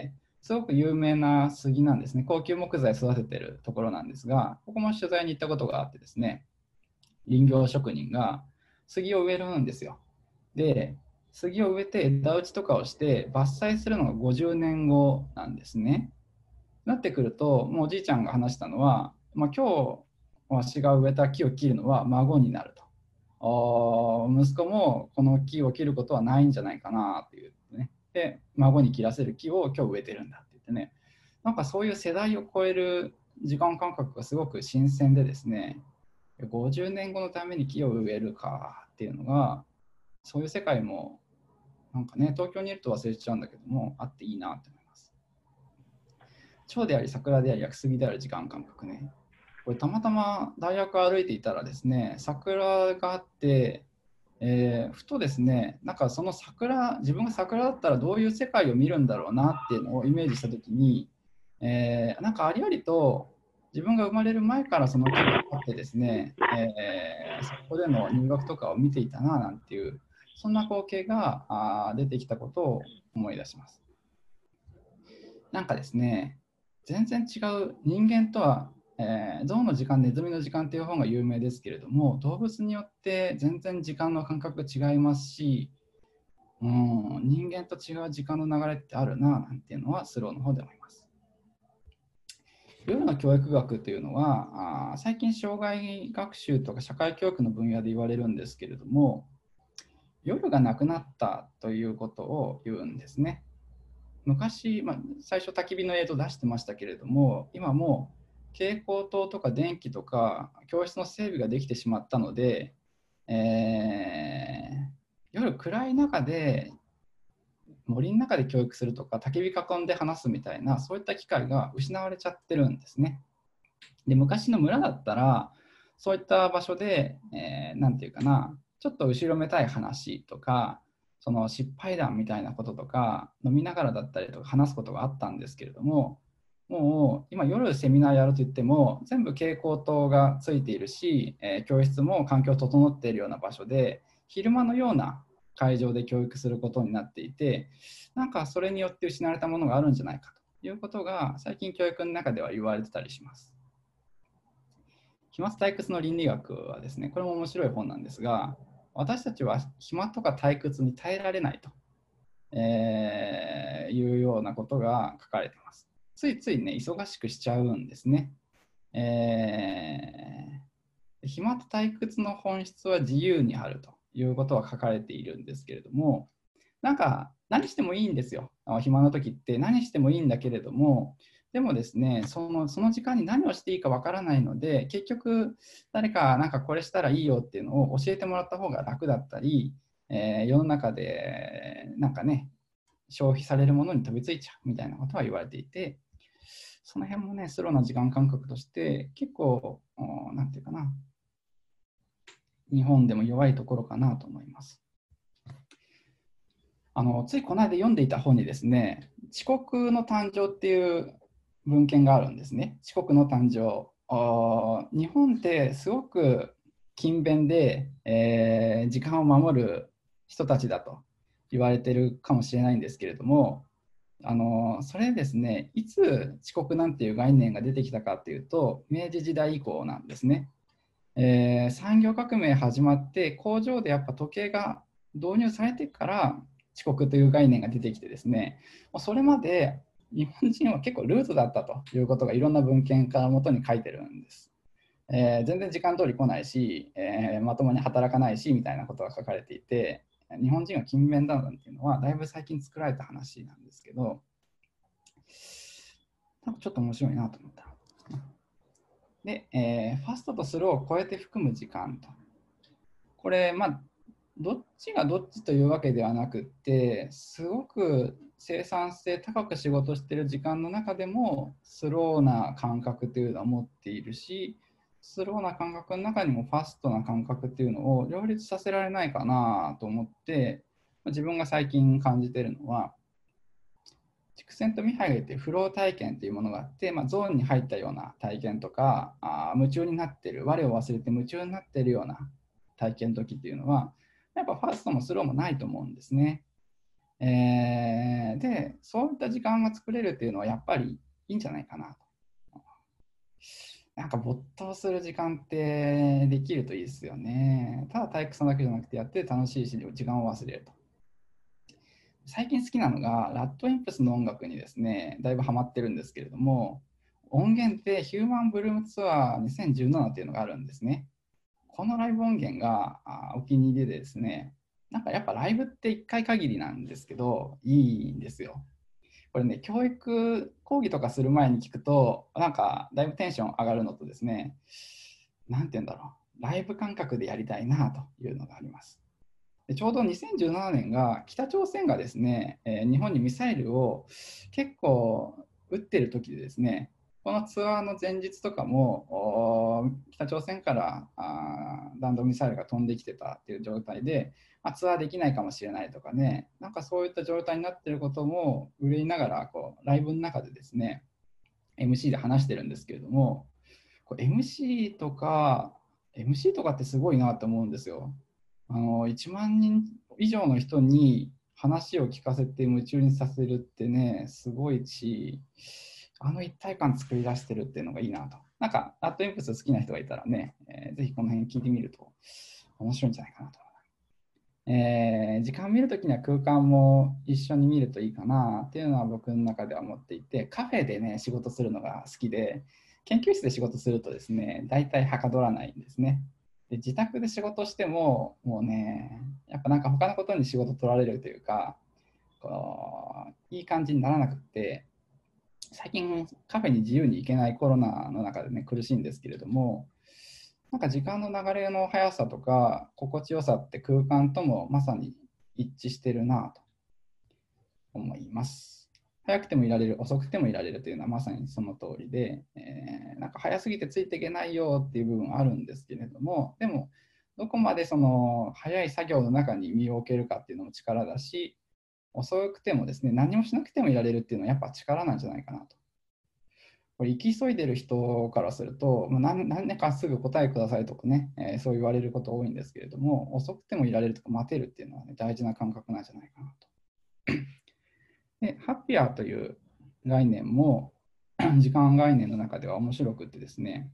すごく有名な杉なんですね。高級木材育ててるところなんですが、ここも取材に行ったことがあってですね、林業職人が杉を植えるんですよ。で、杉を植えて枝打ちとかをして伐採するのが50年後なんですね。なってくると、もうおじいちゃんが話したのは、今日わしが植えた木を切るのは孫になると。息子もこの木を切ることはないんじゃないかなっていうね。で、孫に切らせる木を今日植えてるんだって言ってね。なんかそういう世代を超える時間感覚がすごく新鮮でですね、50年後のために木を植えるかっていうのが、そういう世界もなんかね、東京にいると忘れちゃうんだけども、あっていいなって思います。蝶であり桜であり屋久杉である時間感覚ね。これたまたま大学歩いていたらですね、桜があって、ふとですね、なんかその桜、自分が桜だったらどういう世界を見るんだろうなっていうのをイメージしたときに、なんかありありと自分が生まれる前からその木があってですね、そこでの入学とかを見ていたななんていう、そんな光景が出てきたことを思い出します。なんかですね、全然違う人間とは、象の時間、ネズミの時間っていう方が有名ですけれども、動物によって全然時間の感覚違いますし、 人間と違う時間の流れってあるななんていうのはスローの方で思います。夜の教育学というのは最近障害学習とか社会教育の分野で言われるんですけれども、夜がなくなったということを言うんですね。昔、最初焚き火の映像出してましたけれども、今も蛍光灯とか電気とか教室の整備ができてしまったので、夜暗い中で森の中で教育するとか焚き火囲んで話すみたいな、そういった機会が失われちゃってるんですね。で、昔の村だったらそういった場所で、なんていうかな、ちょっと後ろめたい話とか、その失敗談みたいなこととか飲みながらだったりとか話すことがあったんですけれども、もう今夜セミナーやるといっても全部蛍光灯がついているし、教室も環境整っているような場所で昼間のような会場で教育することになっていて、なんかそれによって失われたものがあるんじゃないかということが最近教育の中では言われてたりします。飛沫退屈の倫理学はですね、これも面白い本なんですが、私たちは飛沫とか退屈に耐えられないと、いうようなことが書かれています。ついついね、忙しくしちゃうんですね。飛沫と退屈の本質は自由にあるということは書かれているんですけれども、なんか何してもいいんですよ。暇の時って何してもいいんだけれども、でもですね、その時間に何をしていいかわからないので、結局誰かなんかこれしたらいいよっていうのを教えてもらった方が楽だったり、世の中でなんかね、消費されるものに飛びついちゃうみたいなことは言われていて、その辺もね、スローな時間感覚として結構、なんていうかな、日本でも弱いところかなと思います。ついこの間読んでいた本にですね、遅刻の誕生っていう文献があるんですね。遅刻の誕生。日本ってすごく勤勉で、時間を守る人たちだと言われてるかもしれないんですけれども、それですね、いつ遅刻なんていう概念が出てきたかっていうと、明治時代以降なんですね。産業革命始まって工場でやっぱ時計が導入されてから遅刻という概念が出てきてですね、それまで日本人は結構ルーズだったということがいろんな文献から元に書いてるんです。全然時間通り来ないし、まともに働かないしみたいなことが書かれていて、日本人が勤勉だなんていうのはだいぶ最近作られた話なんですけど、なんかちょっと面白いなと思った。で、ファストとスローを超えて含む時間と。これ、どっちがどっちというわけではなくって、すごく生産性高く仕事している時間の中でもスローな感覚というのを持っているし、スローな感覚の中にもファストな感覚っていうのを両立させられないかなと思って、自分が最近感じているのは、畜生とミハイが言ってフロー体験というものがあって、ゾーンに入ったような体験とか、夢中になっている、我を忘れて夢中になっているような体験の時っていうのは、やっぱファーストもスローもないと思うんですね。で、そういった時間が作れるっていうのはやっぱりいいんじゃないかなと。なんか没頭する時間ってできるといいですよね。ただ体育さんだけじゃなくてやって楽しいし、時間を忘れると。最近好きなのが、ラッドインプスの音楽にですね、だいぶハマってるんですけれども、音源ってヒューマンブルームツアー2017っていうのがあるんですね。このライブ音源がお気に入りでですね、なんかやっぱライブって1回限りなんですけど、いいんですよ。これね、講義とかする前に聞くと、なんかだいぶテンション上がるのとですね、なんて言うんだろう、ライブ感覚でやりたいなというのがあります。でちょうど2017年が北朝鮮がですね、日本にミサイルを結構撃ってる時でですね、このツアーの前日とかも北朝鮮から弾道ミサイルが飛んできてたっていう状態で、ツアーできないかもしれないとかね、なんかそういった状態になっていることも憂いながらライブの中でですね、MC で話してるんですけれども、MC とか、MC とかってすごいなと思うんですよ。1万人以上の人に話を聞かせて夢中にさせるってね、すごいし、一体感作り出してるっていうのがいいなと。なんか、ラッドインプス好きな人がいたらね、ぜひこの辺聞いてみると面白いんじゃないかなと。 時間を見るときには空間も一緒に見るといいかなっていうのは僕の中では思っていて、カフェでね、仕事するのが好きで、研究室で仕事するとですね、大体はかどらないんですね。で、自宅で仕事しても、もうね、やっぱなんか他のことに仕事取られるというか、いい感じにならなくって、最近カフェに自由に行けないコロナの中でね、苦しいんですけれども、なんか時間の流れの速さとか心地よさって空間ともまさに一致してるなと思います。早くてもいられる、遅くてもいられるというのはまさにその通りで、なんか早すぎてついていけないよっていう部分あるんですけれども、でもどこまでその早い作業の中に身を置けるかっていうのも力だし、遅くてもですね、何もしなくてもいられるっていうのはやっぱ力なんじゃないかなと。これ行き急いでる人からすると、何年かすぐ答えくださいとかね、そう言われること多いんですけれども、遅くてもいられるとか待てるっていうのは、ね、大事な感覚なんじゃないかなと。で、ハッピアーという概念も時間概念の中では面白くってですね、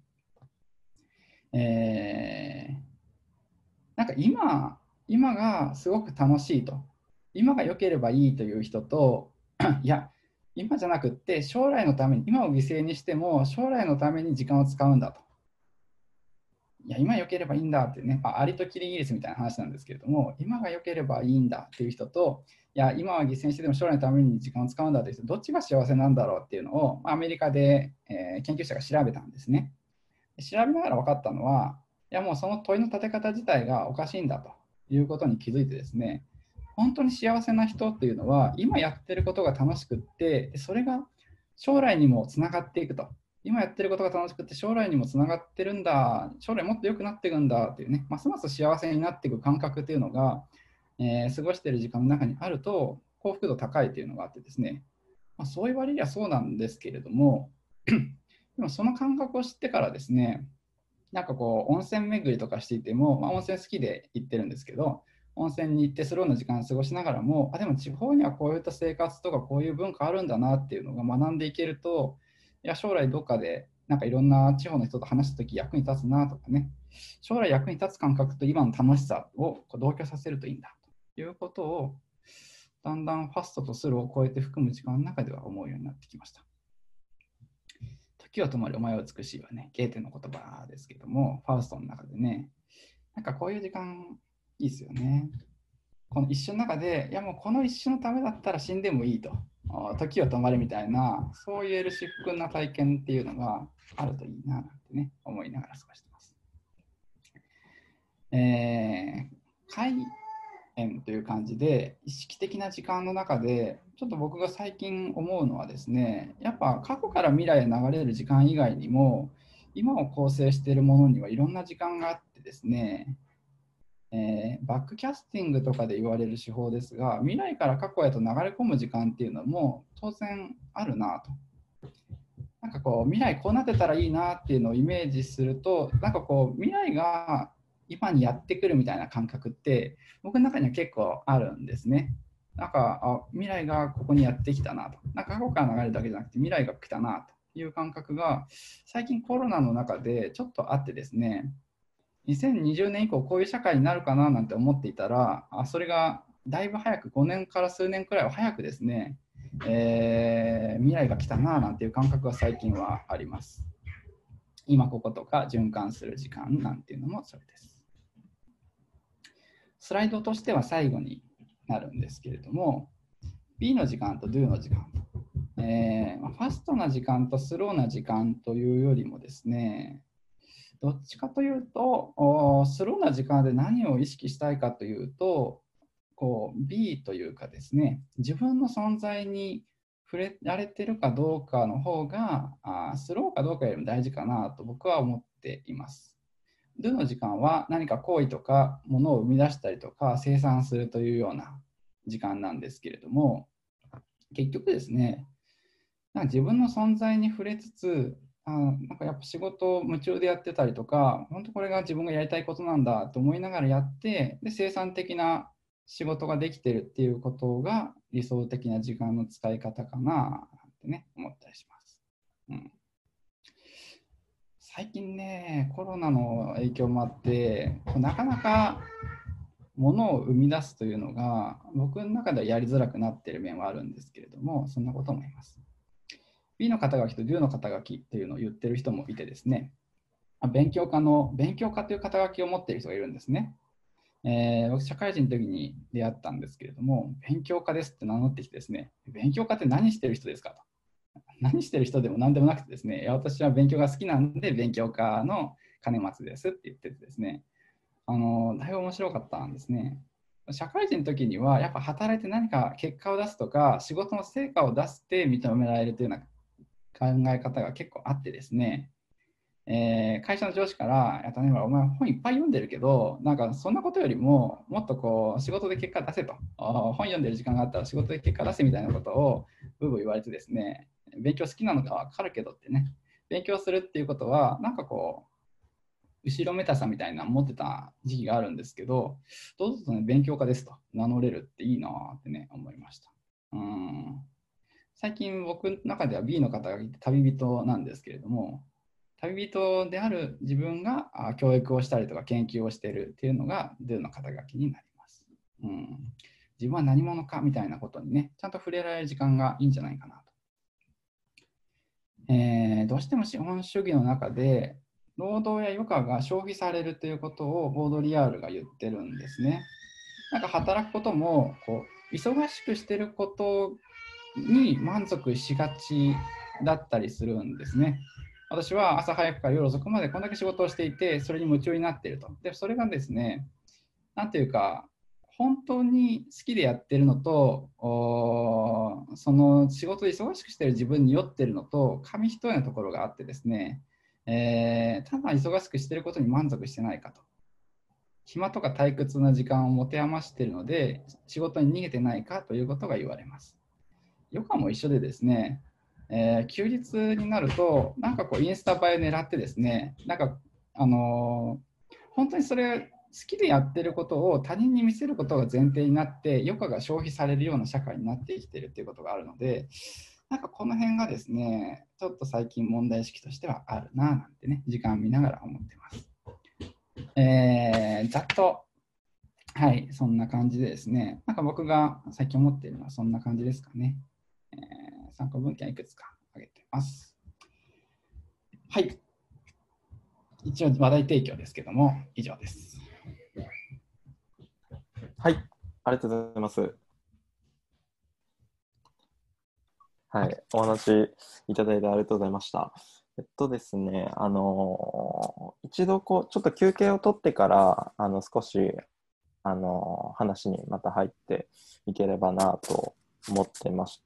なんか今がすごく楽しいと、今が良ければいいという人と、いや、今じゃなくって将来のために、今を犠牲にしても将来のために時間を使うんだと。いや、今良ければいいんだってね、アリとキリギリスみたいな話なんですけれども、今が良ければいいんだっていう人と、いや、今は犠牲にしてでも将来のために時間を使うんだという人、どっちが幸せなんだろうっていうのを、アメリカで、研究者が調べたんですね。調べながら分かったのは、いや、もうその問いの立て方自体がおかしいんだということに気づいてですね、本当に幸せな人っていうのは、今やってることが楽しくって、それが将来にもつながっていくと。今やってることが楽しくて将来にもつながってるんだ、将来もっと良くなっていくんだっていうね、ますます幸せになっていく感覚っていうのが、過ごしている時間の中にあると幸福度高いっていうのがあってですね、そう言われりゃそうなんですけれども、でもその感覚を知ってからですね、なんかこう温泉巡りとかしていても、温泉好きで行ってるんですけど、温泉に行ってスローな時間を過ごしながらも、でも地方にはこういった生活とかこういう文化あるんだなっていうのが学んでいけると、いや将来どっかでなんかいろんな地方の人と話した時役に立つなとかね、将来役に立つ感覚と今の楽しさを同居させるといいんだということを、だんだんファストとスローを超えて含む時間の中では思うようになってきました。時は止まりお前は美しいはね、ゲーテの言葉ですけども、ファウストの中でね、なんかこういう時間いいですよね。この一瞬の中で、いやもうこの一瞬のためだったら死んでもいいと、時は止まるみたいな、そう言える至福な体験っていうのがあるといいななんてね、思いながら過ごしてます。開演という感じで、意識的な時間の中で、ちょっと僕が最近思うのはですね、やっぱ過去から未来へ流れる時間以外にも、今を構成しているものにはいろんな時間があってですね、バックキャスティングとかで言われる手法ですが、未来から過去へと流れ込む時間っていうのも当然あるなと。なんかこう未来こうなってたらいいなっていうのをイメージすると、なんかこう未来が今にやってくるみたいな感覚って僕の中には結構あるんですね。なんか未来がここにやってきたなと。なんか過去から流れるだけじゃなくて未来が来たなという感覚が最近コロナの中でちょっとあってですね、2020年以降こういう社会になるかななんて思っていたら、それがだいぶ早く、5年から数年くらいは早くですね、未来が来たななんていう感覚が最近はあります。今こことか循環する時間なんていうのもそれです。スライドとしては最後になるんですけれども、B の時間と Do の時間と、ファストな時間とスローな時間というよりもですね、どっちかというと、スローな時間で何を意識したいかというと、B というかですね、自分の存在に触れられてるかどうかの方が、スローかどうかよりも大事かなと僕は思っています。Do の時間は何か行為とか物を生み出したりとか生産するというような時間なんですけれども、結局ですね、なんか自分の存在に触れつつ、なんかやっぱ仕事を夢中でやってたりとか、本当これが自分がやりたいことなんだと思いながらやって、で生産的な仕事ができてるっていうことが理想的な時間の使い方かなってね、思ったりします。最近ね、コロナの影響もあって、なかなかものを生み出すというのが僕の中ではやりづらくなっている面はあるんですけれども、そんなことも言います。B の肩書きと Do の肩書きっていうのを言ってる人もいてですね、勉強家という肩書きを持っている人がいるんですね。僕、社会人の時に出会ったんですけれども、勉強家ですって名乗ってきてですね、勉強家って何してる人ですかと。何してる人でも何でもなくてですね、いや私は勉強が好きなんで勉強家の金松ですって言っててですね、だいぶ面白かったんですね。社会人の時にはやっぱ働いて何か結果を出すとか仕事の成果を出して認められるというような考え方が結構あってですね、会社の上司から「や種村お前本いっぱい読んでるけどなんかそんなことよりももっとこう仕事で結果出せと本読んでる時間があったら仕事で結果出せ」みたいなことをブーブー言われてですね、勉強好きなのか分かるけどってね、勉強するっていうことはなんかこう後ろめたさみたいなの持ってた時期があるんですけど、どうぞとね、勉強家ですと名乗れるっていいなってね、思いました。最近僕の中では B の方がいて旅人なんですけれども、旅人である自分が教育をしたりとか研究をしているっていうのが Do の肩書きになります。自分は何者かみたいなことにね、ちゃんと触れられる時間がいいんじゃないかなと。どうしても資本主義の中で労働や余暇が消費されるということをボードリアールが言ってるんですね。なんか働くこともこう忙しくしてることに満足しがちだったりするんですね。私は朝早くから夜遅くまでこんだけ仕事をしていて、それに夢中になっていると。で、それがですね、なんていうか、本当に好きでやってるのと、その仕事で忙しくしてる自分に酔ってるのと、紙一重なところがあってですね、ただ忙しくしてることに満足してないかと。暇とか退屈な時間を持て余しているので、仕事に逃げてないかということが言われます。余暇も一緒でですね、休日になると、なんかこうインスタ映え狙ってですね、なんか、本当にそれ好きでやってることを他人に見せることが前提になって、余暇が消費されるような社会になってきているということがあるので、なんかこの辺がですね、ちょっと最近問題意識としてはあるななんてね、時間見ながら思ってます。ざっと、はい、そんな感じでですね、なんか僕が最近思っているのはそんな感じですかね。参考文献いくつか挙げてます。はい。一応話題提供ですけども、以上です。 はい、ありがとうございます。はい、お話いただいてありがとうございました。ですね、一度こうちょっと休憩を取ってから少し話にまた入っていければなと思ってまして、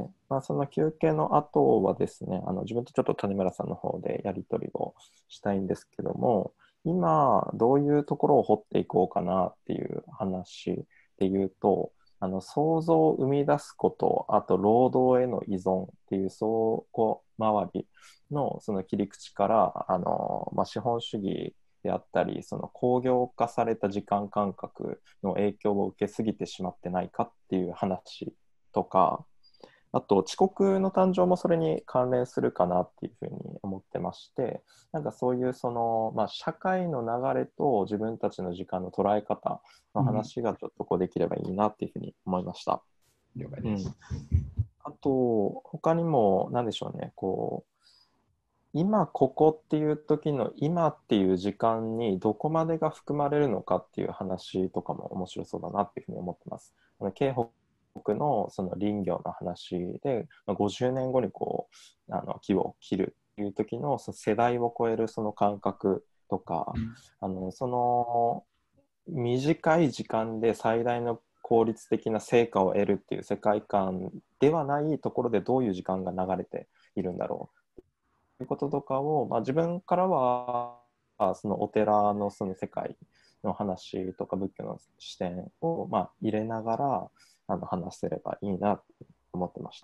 その休憩の後はですね、自分とちょっと谷村さんの方でやり取りをしたいんですけども、今どういうところを掘っていこうかなっていう話でいうと、想像を生み出すこと、あと労働への依存っていう相互周りのその切り口から資本主義であったり、その工業化された時間感覚の影響を受けすぎてしまってないかっていう話とか、あと遅刻の誕生もそれに関連するかなっていうふうに思ってまして、なんかそういうその、社会の流れと自分たちの時間の捉え方の話がちょっとこうできればいいなっていうふうに思いました。 了解です。 あと他にも何でしょうね、こう今ここっていう時の今っていう時間にどこまでが含まれるのかっていう話とかも面白そうだなっていうふうに思ってます。京北のその林業の話で50年後にこう木を切るっていう時のその世代を超えるその感覚とか、その短い時間で最大の効率的な成果を得るっていう世界観ではないところでどういう時間が流れているんだろうということとかを、自分からはそのお寺のその世界の話とか仏教の視点を入れながら話せればいいなと思ってました。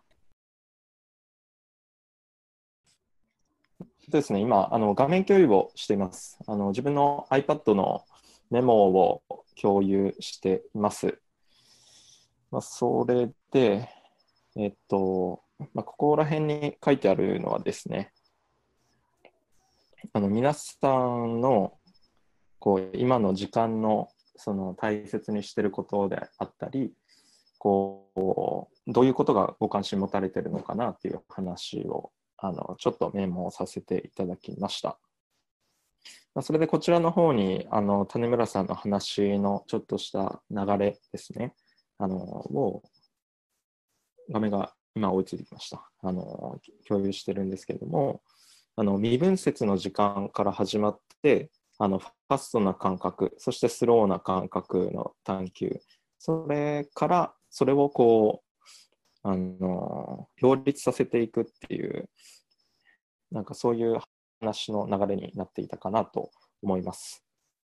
ですね、今画面共有をしています。自分の iPad のメモを共有しています。それで、ここら辺に書いてあるのはですね、皆さんのこう今の時間のその大切にしてることであったり、こうどういうことがご関心持たれてるのかなっていう話をちょっとメモをさせていただきました。それでこちらの方に種村さんの話のちょっとした流れですね、を画面が今追いついてきました。共有してるんですけれども、未分節の時間から始まって、ファストな感覚、そしてスローな感覚の探求、それからそれをこう両立させていくっていう、なんかそういう話の流れになっていたかなと思います。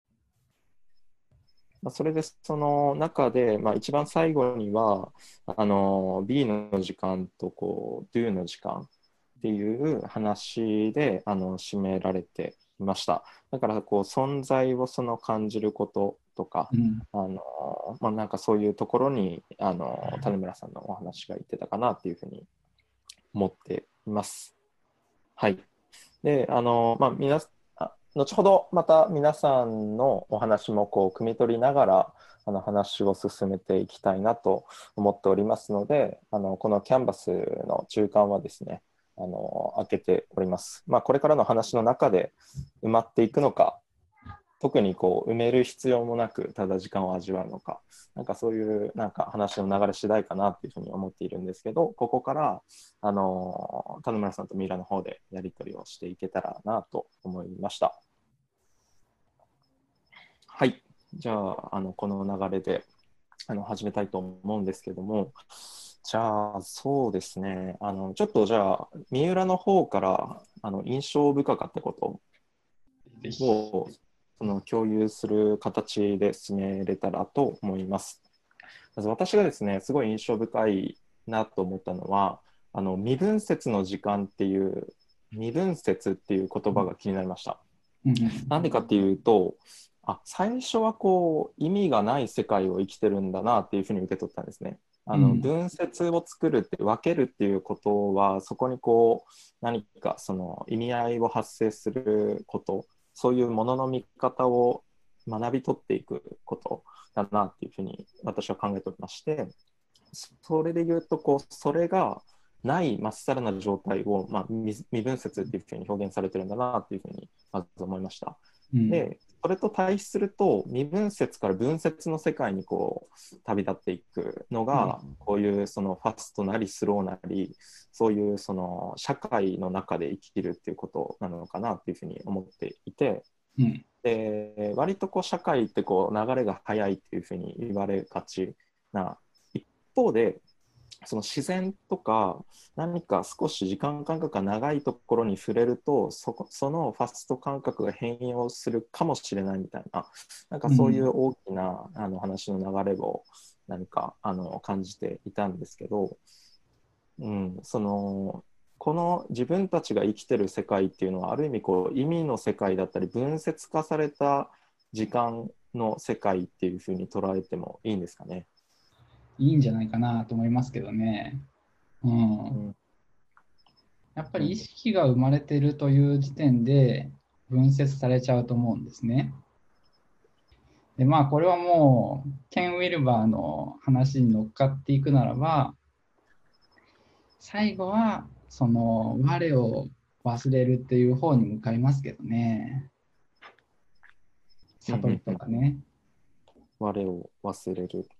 それでその中で、一番最後にはB の時間とこう Do の時間っていう話で締められていました。だからこう存在をその感じることとか、なんかそういうところに種村さんのお話が言ってたかなっていうふうに思っています。はい。で、後ほどまた皆さんのお話もこう汲み取りながら話を進めていきたいなと思っておりますので、このキャンバスの中間はですね、開けております。これからの話の中で埋まっていくのか、特にこう埋める必要もなくただ時間を味わうのか、なんかそういうなんか話の流れ次第かなというふうに思っているんですけど、ここから種村さんとミイラの方でやり取りをしていけたらなと思いました。はい、じゃあこの流れで始めたいと思うんですけども、じゃあそうですね、ちょっとじゃあ三浦の方から印象深かったことをその共有する形で進めれたらと思います。まず私がですね、すごい印象深いなと思ったのは、未分節の時間っていう、未分節っていう言葉が気になりました。なんでかっていうと、最初はこう意味がない世界を生きてるんだなっていうふうに受け取ったんですね。分節を作るって分けるっていうことは、そこにこう何かその意味合いを発生すること、そういうものの見方を学び取っていくことだなっていうふうに私は考えておりまして、それで言うとこうそれがないまっさらな状態を、未分節っていうふうに表現されてるんだなっていうふうにまず思いました。でそれと対比すると未分節から分節の世界にこう旅立っていくのが、こういうそのファストなりスローなり、そういうその社会の中で生きるっていうことなのかなっていうふうに思っていて、で割とこう社会ってこう流れが速いっていうふうに言われがちな一方で、その自然とか何か少し時間感覚が長いところに触れると、そのファスト感覚が変容するかもしれないみたいな、なんかそういう大きな話の流れを何か感じていたんですけど、この自分たちが生きてる世界っていうのはある意味こう意味の世界だったり分節化された時間の世界っていうふうに捉えてもいいんですかね。 いいんじゃないかなと思いますけどね。やっぱり意識が生まれているという時点で分節されちゃうと思うんですね。でこれはもうケン・ウィルバーの話に乗っかっていくならば、最後はその我を忘れるっていう方に向かいますけどね。悟りとかね。 我を忘れる。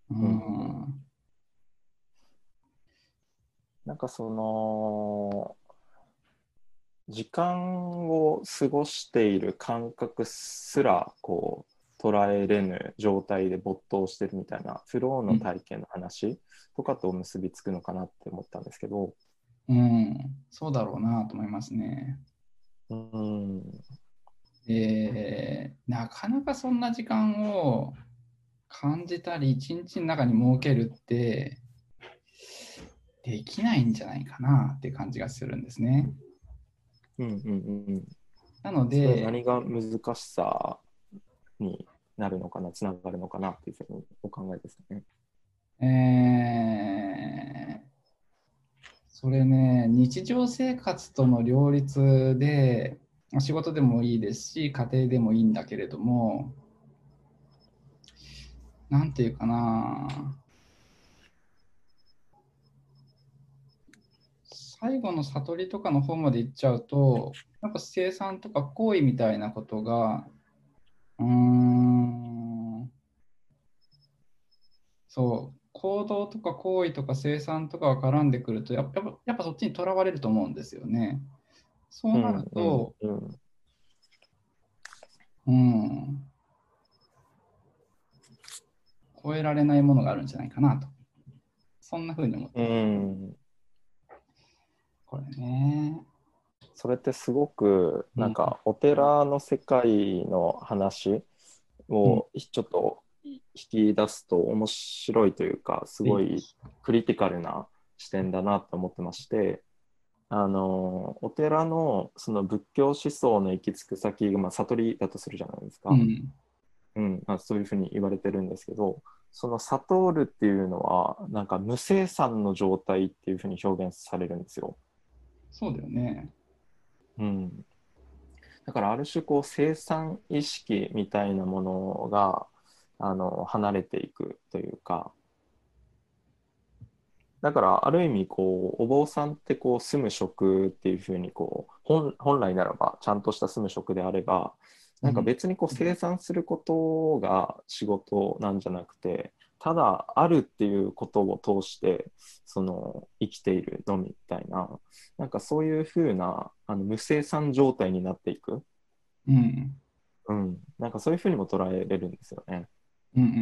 なんかその時間を過ごしている感覚すらこう捉えれぬ状態で没頭してるみたいなフローの体験の話とかと結びつくのかなって思ったんですけど、 そうだろうなと思いますね。なかなかそんな時間を感じたり一日の中に設けるってできないんじゃないかなっていう感じがするんですね。なので、 それは何が難しさになるのかな、つながるのかなっていうふうにお考えですかね。 それね、日常生活との両立で、仕事でもいいですし、家庭でもいいんだけれども、 なんていうかな、最後の悟りとかの方まで行っちゃうと、やっぱ生産とか行為みたいなことが、うーん、そう、行動とか行為とか生産とかが絡んでくると、やっぱそっちにとらわれると思うんですよね。そうなうんうんると、 うん。 うん、超えられないものがあるんじゃないかなと。そんな風に思っうてます。 ん。 これね。 それってすごくうん、 お寺の世界の話うん、 をちょっと引き出すと面白いというか、すはい。 ごいクリティカルな視点だなと思ってまして、お寺のその仏教思想の行き着く先が、悟りだとするじゃないですか。 うん、 そういうふうに言われてるんですけど、その悟るっていうのは無生産の状態っていうふうに表現されるんですよ。 そうだよね。 うん、だからある種生産意識みたいなものが離れていくというか、だからある意味お坊さんって住む職っていうふうに本来ならばちゃんとした住む職であれば、 うん、 別に生産することが仕事なんじゃなくて、ただあるっていうことを通して生きているのみたいな、そういうふうな無生産状態になっていく、 うん、 そういうふうにも捉えれるんですよね。 うん、うん、うん。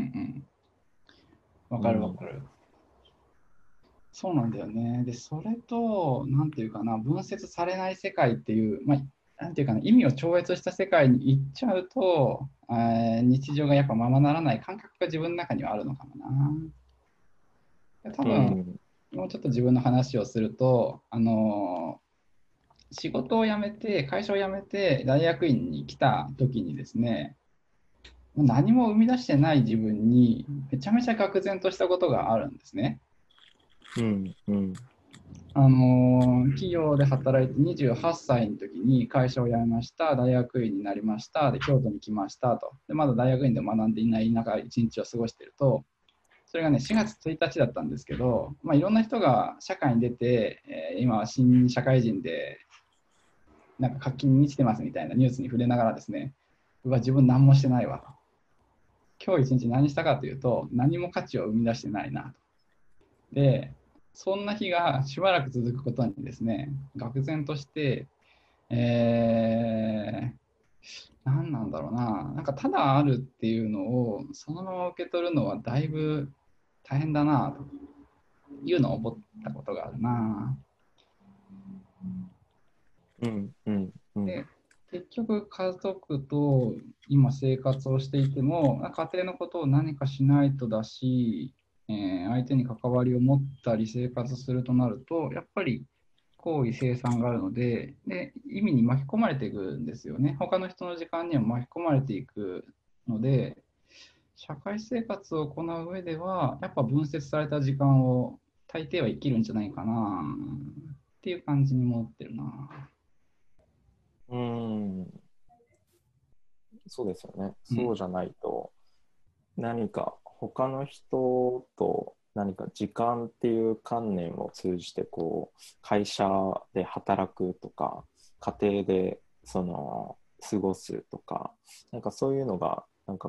わかるわうん、 かる。そうなんだよね。で、それと、なんていうかな、分節されない世界っていう、なんていうかな、意味を超越した世界に行っちゃうと、日常がやっぱままならない感覚が自分の中にはあるのかもな。で多分、 うん、 もうちょっと自分の話をすると、仕事を辞めて、会社を辞めて、大学院に来た時にですね、何も生み出してない自分にめちゃめちゃ愕然としたことがあるんですね。 うん、うん、 企業で働いて28歳の時に会社を辞めました、大学院になりました、で京都に来ましたと、でまだ大学院で学んでいない中、一日を過ごしていると、それがね、4月1日だったんですけど、いろんな人が社会に出て、今は新社会人で、活気に満ちてますみたいなニュースに触れながらですね、うわ、自分何もしてないわと。今日一日何したかというと、何も価値を生み出してないなと。で、そんな日がしばらく続くことにですね、愕然として、何なんだろうな、ただあるっていうのをそのまま受け取るのはだいぶ大変だなというのを思ったことがあるな。 うん、うん、うん、 で、結局家族と今生活をしていても、家庭のことを何かしないとだし、相手に関わりを持ったり生活するとなると、やっぱり行為生産があるので、意味に巻き込まれていくんですよね。他の人の時間にも巻き込まれていくので、社会生活を行う上では、やっぱ分節された時間を大抵は生きるんじゃないかなっていう感じに思ってるな。 うん、そうですよね。 うん。 そうじゃないと、何か他の人と何か時間っていう観念を通じて会社で働くとか家庭で過ごすとかそういうのが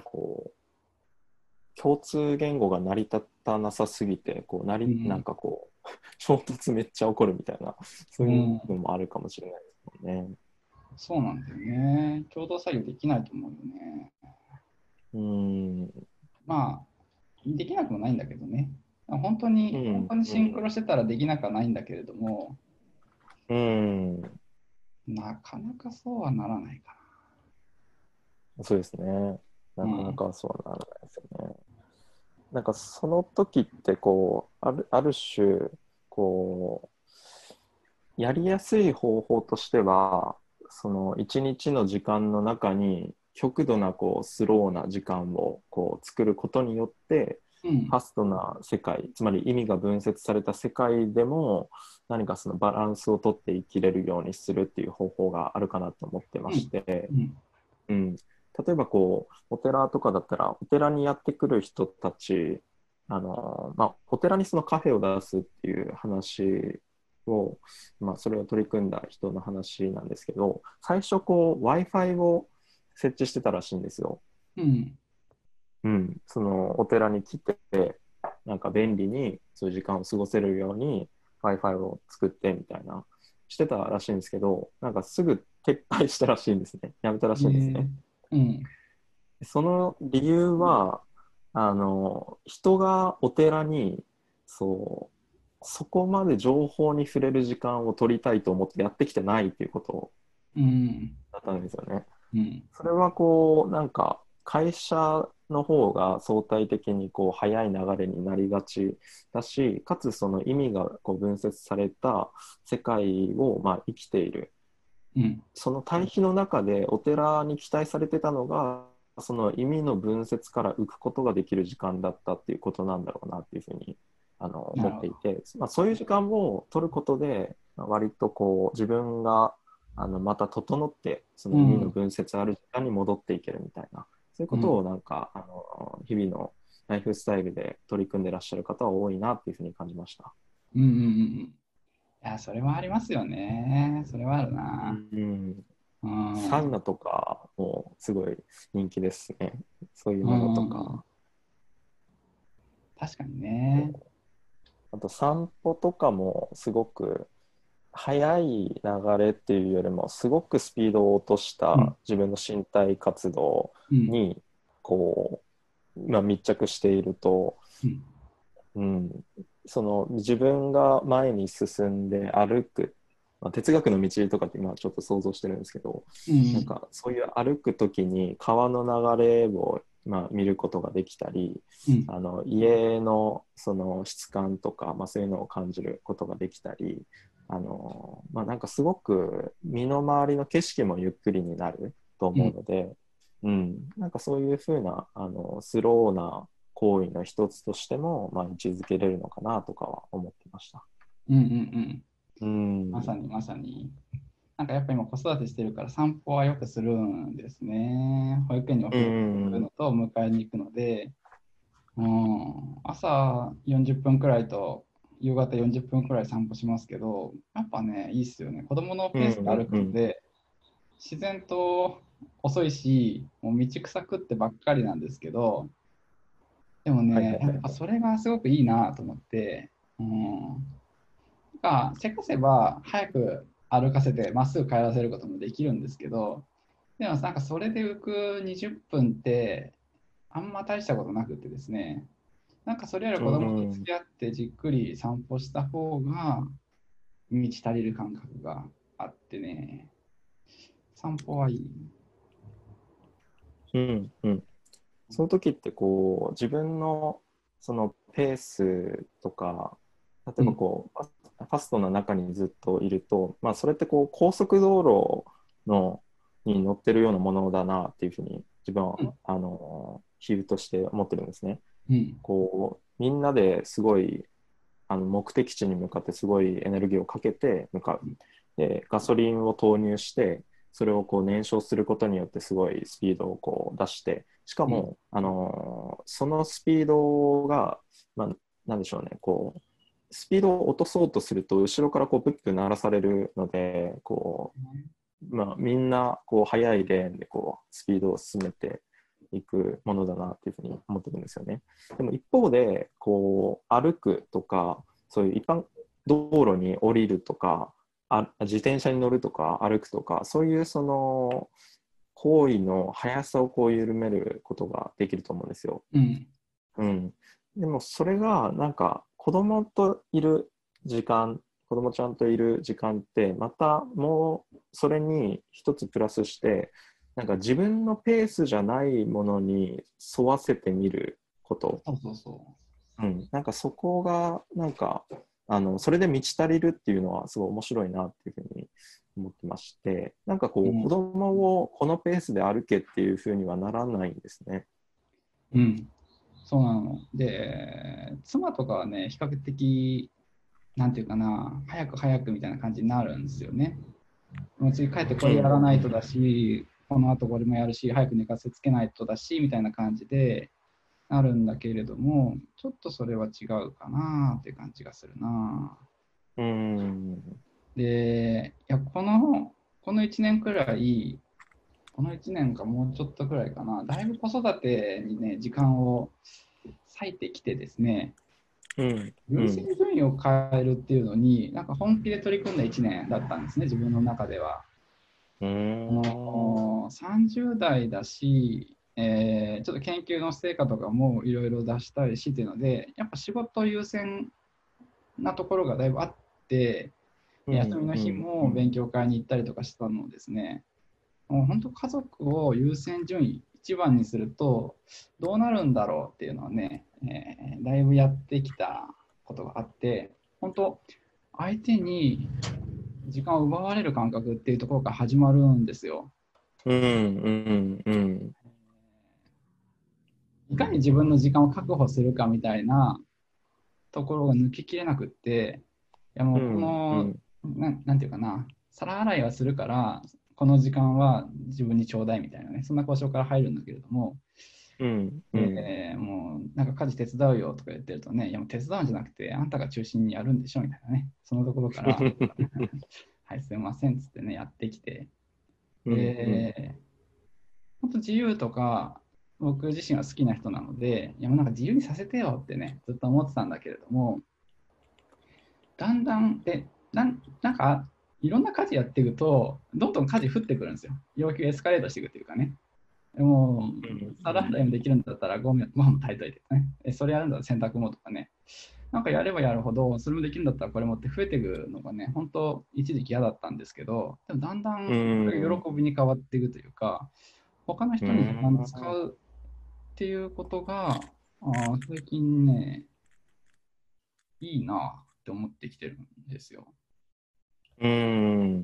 共通言語が成り立たなさすぎてうん。 衝突めっちゃ起こるみたいな、そういううん。 のもあるかもしれないですもんね。 そうなんだよね。共同作業できないと思うよね。 うん、 まあ、できなくもないんだけどね。本うん、 当にシンクうん、 ロしてたらできなくはないんだけれども、 うん。 なかなかそうはならないかそうですね。なな。うかなん。 かそうならないですよね。その時ってある種こやりやすい方法としては、その一日の時間の中に極度なスローな時間を作ることによって、 うん。 ファストな世界、つまり意味が分節された世界でも何かそのバランスをとって生きれるようにするっていう方法があるかなと思ってまうん。 して、 うん。 うん。 例えばこう、お寺とかだったら、お寺にやってくる人たち、お寺にそのカフェを出すっていう話を、それを取り組んだ人の話なんですけど、最初こう、Wi-Fi を設置してたらしいんですよ。 うん。 うん、そのお寺に来て、なんか便利にそういう時間を過ごせるように Wi-Fi を作ってみたいな、してたらしいんですけど、なんかすぐ撤廃したらしいんですね。やめたらしいんですね。 うん。 その理由は、人がお寺に、そこまで情報に触れる時間を取りたいと思ってやってきてないっていうことうん。 だったんですよね。 うん。 それはこう、なんか会社の方が相対的にこう早い流れになりがちだし、かつその意味がこう分節された世界を生きている。 うん。 その対比の中でお寺に期待されてたのが、その意味の分節から浮くことができる時間だったっていうことなんだろうなっていうふうに思なるほど。 っていて、そういう時間を取ることで、割とこう自分がまた整ってその意味のうん。 分節ある時間に戻っていけるみたいな、そういうことをうん。 なんか日々のライフスタイルで取り組んでらっしゃる方は多いなっていうふうに感じました。 うん。うん。うん。いや、それはありますよね。それはあるうな。 ん、 うん。うん。 サウナとかもすごい人気ですね。そういううものとん。 か。 確かにね。 あと散歩とかもすごく速い流れっていうよりもすごくスピードを落としうん。 た自分の身体活動うん。 にこう、密着していると、 うん。 うん、その自分が前に進んで歩く、哲学の道とかって今ちょっと想像してるんですけど、なんうん。 かそういう歩く時に川の流れを見ることができたり、 うん。 家のその質感とか、そういうのを感じることができたり、なんかすごく身の回りの景色もゆっくりになるとうん。 思うので、なんかそういうふうなスローな行為の一つとしても、位置づけれるのかなとかは思ってました。 うん。うん。うん。 うん。 まさにまさに。なんかやっぱ今子育てしてるから散歩はよくするんですね。保育園にう送るん。 のと迎えに行くので、朝40分くらいと夕方40分くらい散歩しますけど、やっぱね、いいっすよね。子供のうん。 ペースで歩うん。 くので、自然と遅いし、もう道草食ってばっかりなんですけど、でもね、 はいはいやっぱはいはい。 それがすごくいいなと思って、せかせば早く歩かせてまっすぐ帰らせることもできるんですけど、でもなんかそれで浮く20分ってあんま大したことなくてですね、なんかそれよりう子供とん。 付き合ってじっくり散歩した方が満ち足りる感覚があってね、散歩はいい。 うん。うん。その時ってこう自分のそのペースとか、例えばうん、 こうファストな中にずっといると、それってこう高速道路のに乗ってるようなものだなっていうふうに自分はうん、 比喩として思ってるんですね。 うん、 こうみんなですごい目的地に向かってすごいエネルギーをかけて向かう。で、ガソリンを投入して、それをこう燃焼することによってすごいスピードをこう出して、しかうん、 も、そのスピードが、なんでしょうね、こう、スピードを落とそうとすると、後ろからこうプップ鳴らされるので、こう、みんなこう速いレーンでこうスピードを進めていくものだなっていうふうに思ってるんですよね。でも一方でこう歩くとかそういう一般道路に降りるとか自転車に乗るとか歩くとかそういうその行為の速さをこう緩めることができると思うんですよ。 うん、 うん、でもそれがなんか子供といる時間、子供ちゃんといる時間ってまたもうそれに一つプラスしてなんか自分のペースじゃないものに沿わせてみること、 そうそうそなんかそこがなんかそれで満ち足りるっていうのはすごい面白いなっていうふうに思ってまして、なんかう。 こう子うん、 供をこのペースで歩けっていうふうにはならないんですね。 うん、そうなの。で、妻とかはね、比較的、なんていうかな、早く早くみたいな感じになるんですよね。もう次帰ってこれやらないとだし、 この後これもやるし、早く寝かせつけないとだし、みたいな感じでなるんだけれども、ちょっとそれは違うかなっていう感じがするな。 うん。 で、いや、この1年くらい、この1年かもうちょっとくらいかな、だいぶ子育てにね、時間を割いてきてですね、 うん。う優先ん。 順位を変えるっていうのに、なんか本気で取り組んだ1年だったんですね、自分の中では。 うん。 30代だし、ちょっと研究の成果とかもいろいろ出したいしっていうので、やっぱ仕事優先なところがだいぶあって、 うん。 休みの日うん。 も勉強会に行ったりとかしたのですね、もう本当家族を優先順位一番にするとどうなるんだろうっていうのはね、だいぶやってきたことがあって、本当相手に時間を奪われる感覚っていうところから始まるんですよ。 うん。うん。うん。 いかに自分の時間を確保するかみたいなところが抜けきれなくって、いやもうこうん。うの、 ん。 なんていうかな、皿洗いはするから、この時間は自分にちょうだいみたいなね、そんな交渉から入るんだけれども、 うん。うん。 もうなんか家事手伝うよとか言ってるとね、いやもう手伝うんじゃなくて、あんたが中心にやるんでしょみたいなね、そのところから、はい、すいませんっつってね、やってきて、 うん。うん。 で、本当自由とか、僕自身は好きな人なので、いやもうなんか自由にさせてよってね、ずっと思ってたんだけれども、だんだん、なんか、いろんな家事やっていくと、どんどん家事降ってくるんですよ。要求エスカレートしていくというかね。もう、皿洗いもできるんだったらご飯も炊いといてね。それやるんだったら洗濯もとかね。なんかやればやるほど、それもできるんだったらこれもって増えていくのがね、本当、一時期嫌だったんですけど、でもだんだうんこれがん。 喜びに変わっていくというか、他のう人に時間使ん。 うっていうことが、最近ね、いいなって思ってきてるんですよ。 うん。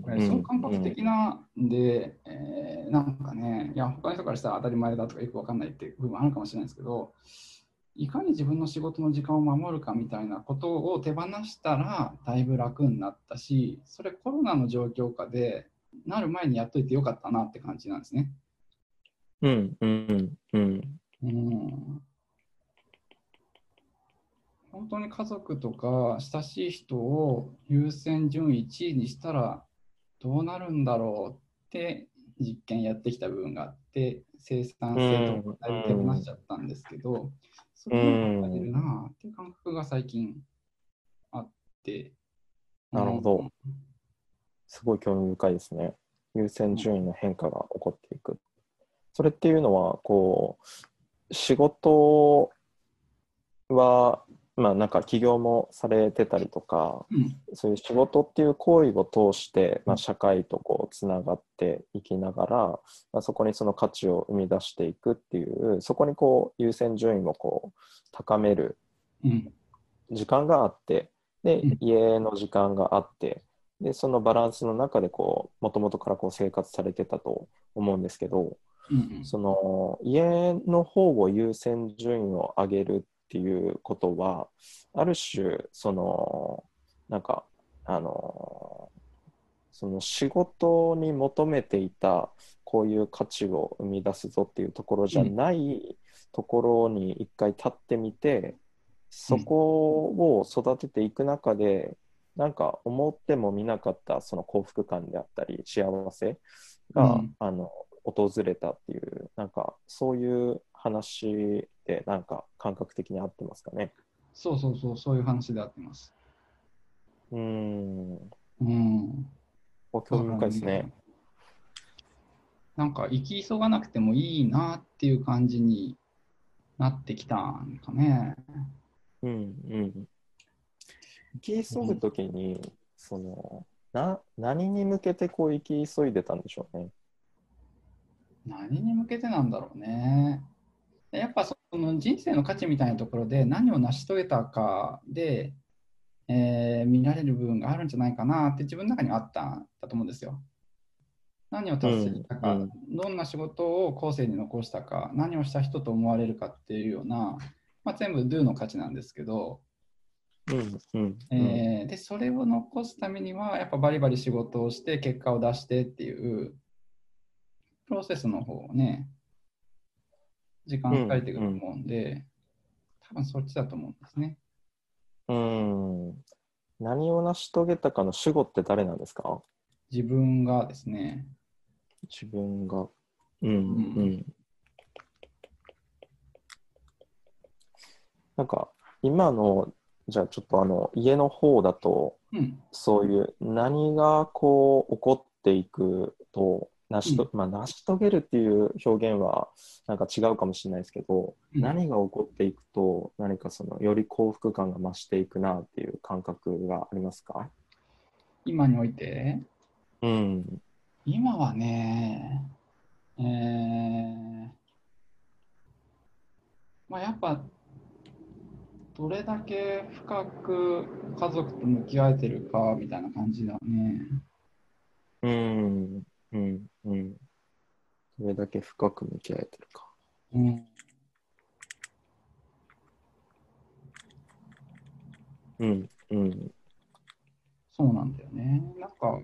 うん。 そう感覚うん。 的なんで、なんかね、いや、他の人からしたら当たり前だとかよくわかんないっていう部分あるかもしれないですけど、いかに自分の仕事の時間を守るかみたいなことを手放したらだいぶ楽になったし、それコロナの状況下でなる前にやっといてよかったなって感じなんですね。 うん。うん。うん。 うん、本当に家族とか親しい人を優先順位1位にしたらどうなるんだろうって実験やってきた部分があって、生産性とかだいぶ手放しちゃったんですけど、そうれでもやっぱりいるん。 なっていう感覚が最近あって、うん、 なるほど。すごい興味深いですね。優先順位の変化が起こっていく。それっていうのは、こう、仕事は、まあなんか起業もされてたりとか、 うん、 そういう仕事っていう行為を通して、まあ、社会とこうつながっていきながら、まあ、そこにその価値を生み出していくっていう、そこにこう優先順位をこう高めるうん、 時間があって、で、 うん、 家の時間があって、で、そのバランスの中でこう、もともとからこう生活されてたと思うんですけど、 うん、 その家の方を優先順位を上げるっていうことは、ある種、その、なんか、あの、その仕事に求めていたこういう価値を生み出すぞっていうところじゃうん、 ないところに一回立ってみて、そうん、 こを育てていく中で、なんか思ってもみなかったその幸福感であったり幸せがうん、 訪れたっていう、なんかそういう話でなんか感覚的に合ってますかね。 そうそうそう、そういう話であってます。 うーん、 うん、だ興味からね、 深いですね。 なんか生き急がなくてもいいなっていう感じになってきたんかね。 うん、うん。生き急ぐときに、その、何に向けてこう生き急いでたんでしょうね。 何に向けてなんだろうね。やっぱその人生の価値みたいなところで何を成し遂げたかで、見られる部分があるんじゃないかなって自分の中にはあったんだと思うんですよ。何を達成しうん、 たか、 うん、 どんな仕事を後世に残したか、何をした人と思われるかっていうような、まあ、全部 Do の価値なんですけど、 うん、うん、うん、 でそれを残すためにはやっぱバリバリ仕事をして結果を出してっていうプロセスの方をね、時間割いていくと思うんで、多分そっちだと思うんですね。 何を成し遂げたかの主語って誰なんですか？ 自分がですね、 自分が。なんか今のじゃあちょっと家の方だと、そういう何がこう起こっていくと成し遂げるっていう表現はなんか違うかもしれないですけど、何が起こっていくと何かそのより幸福感が増していくなっていう感覚がありますか？ 今において、今はね、やっぱどれだけ深く家族と向き合えてるかみたいな感じだね。 どれだけ深く向き合えてるか。 そうなんだよね。なんか、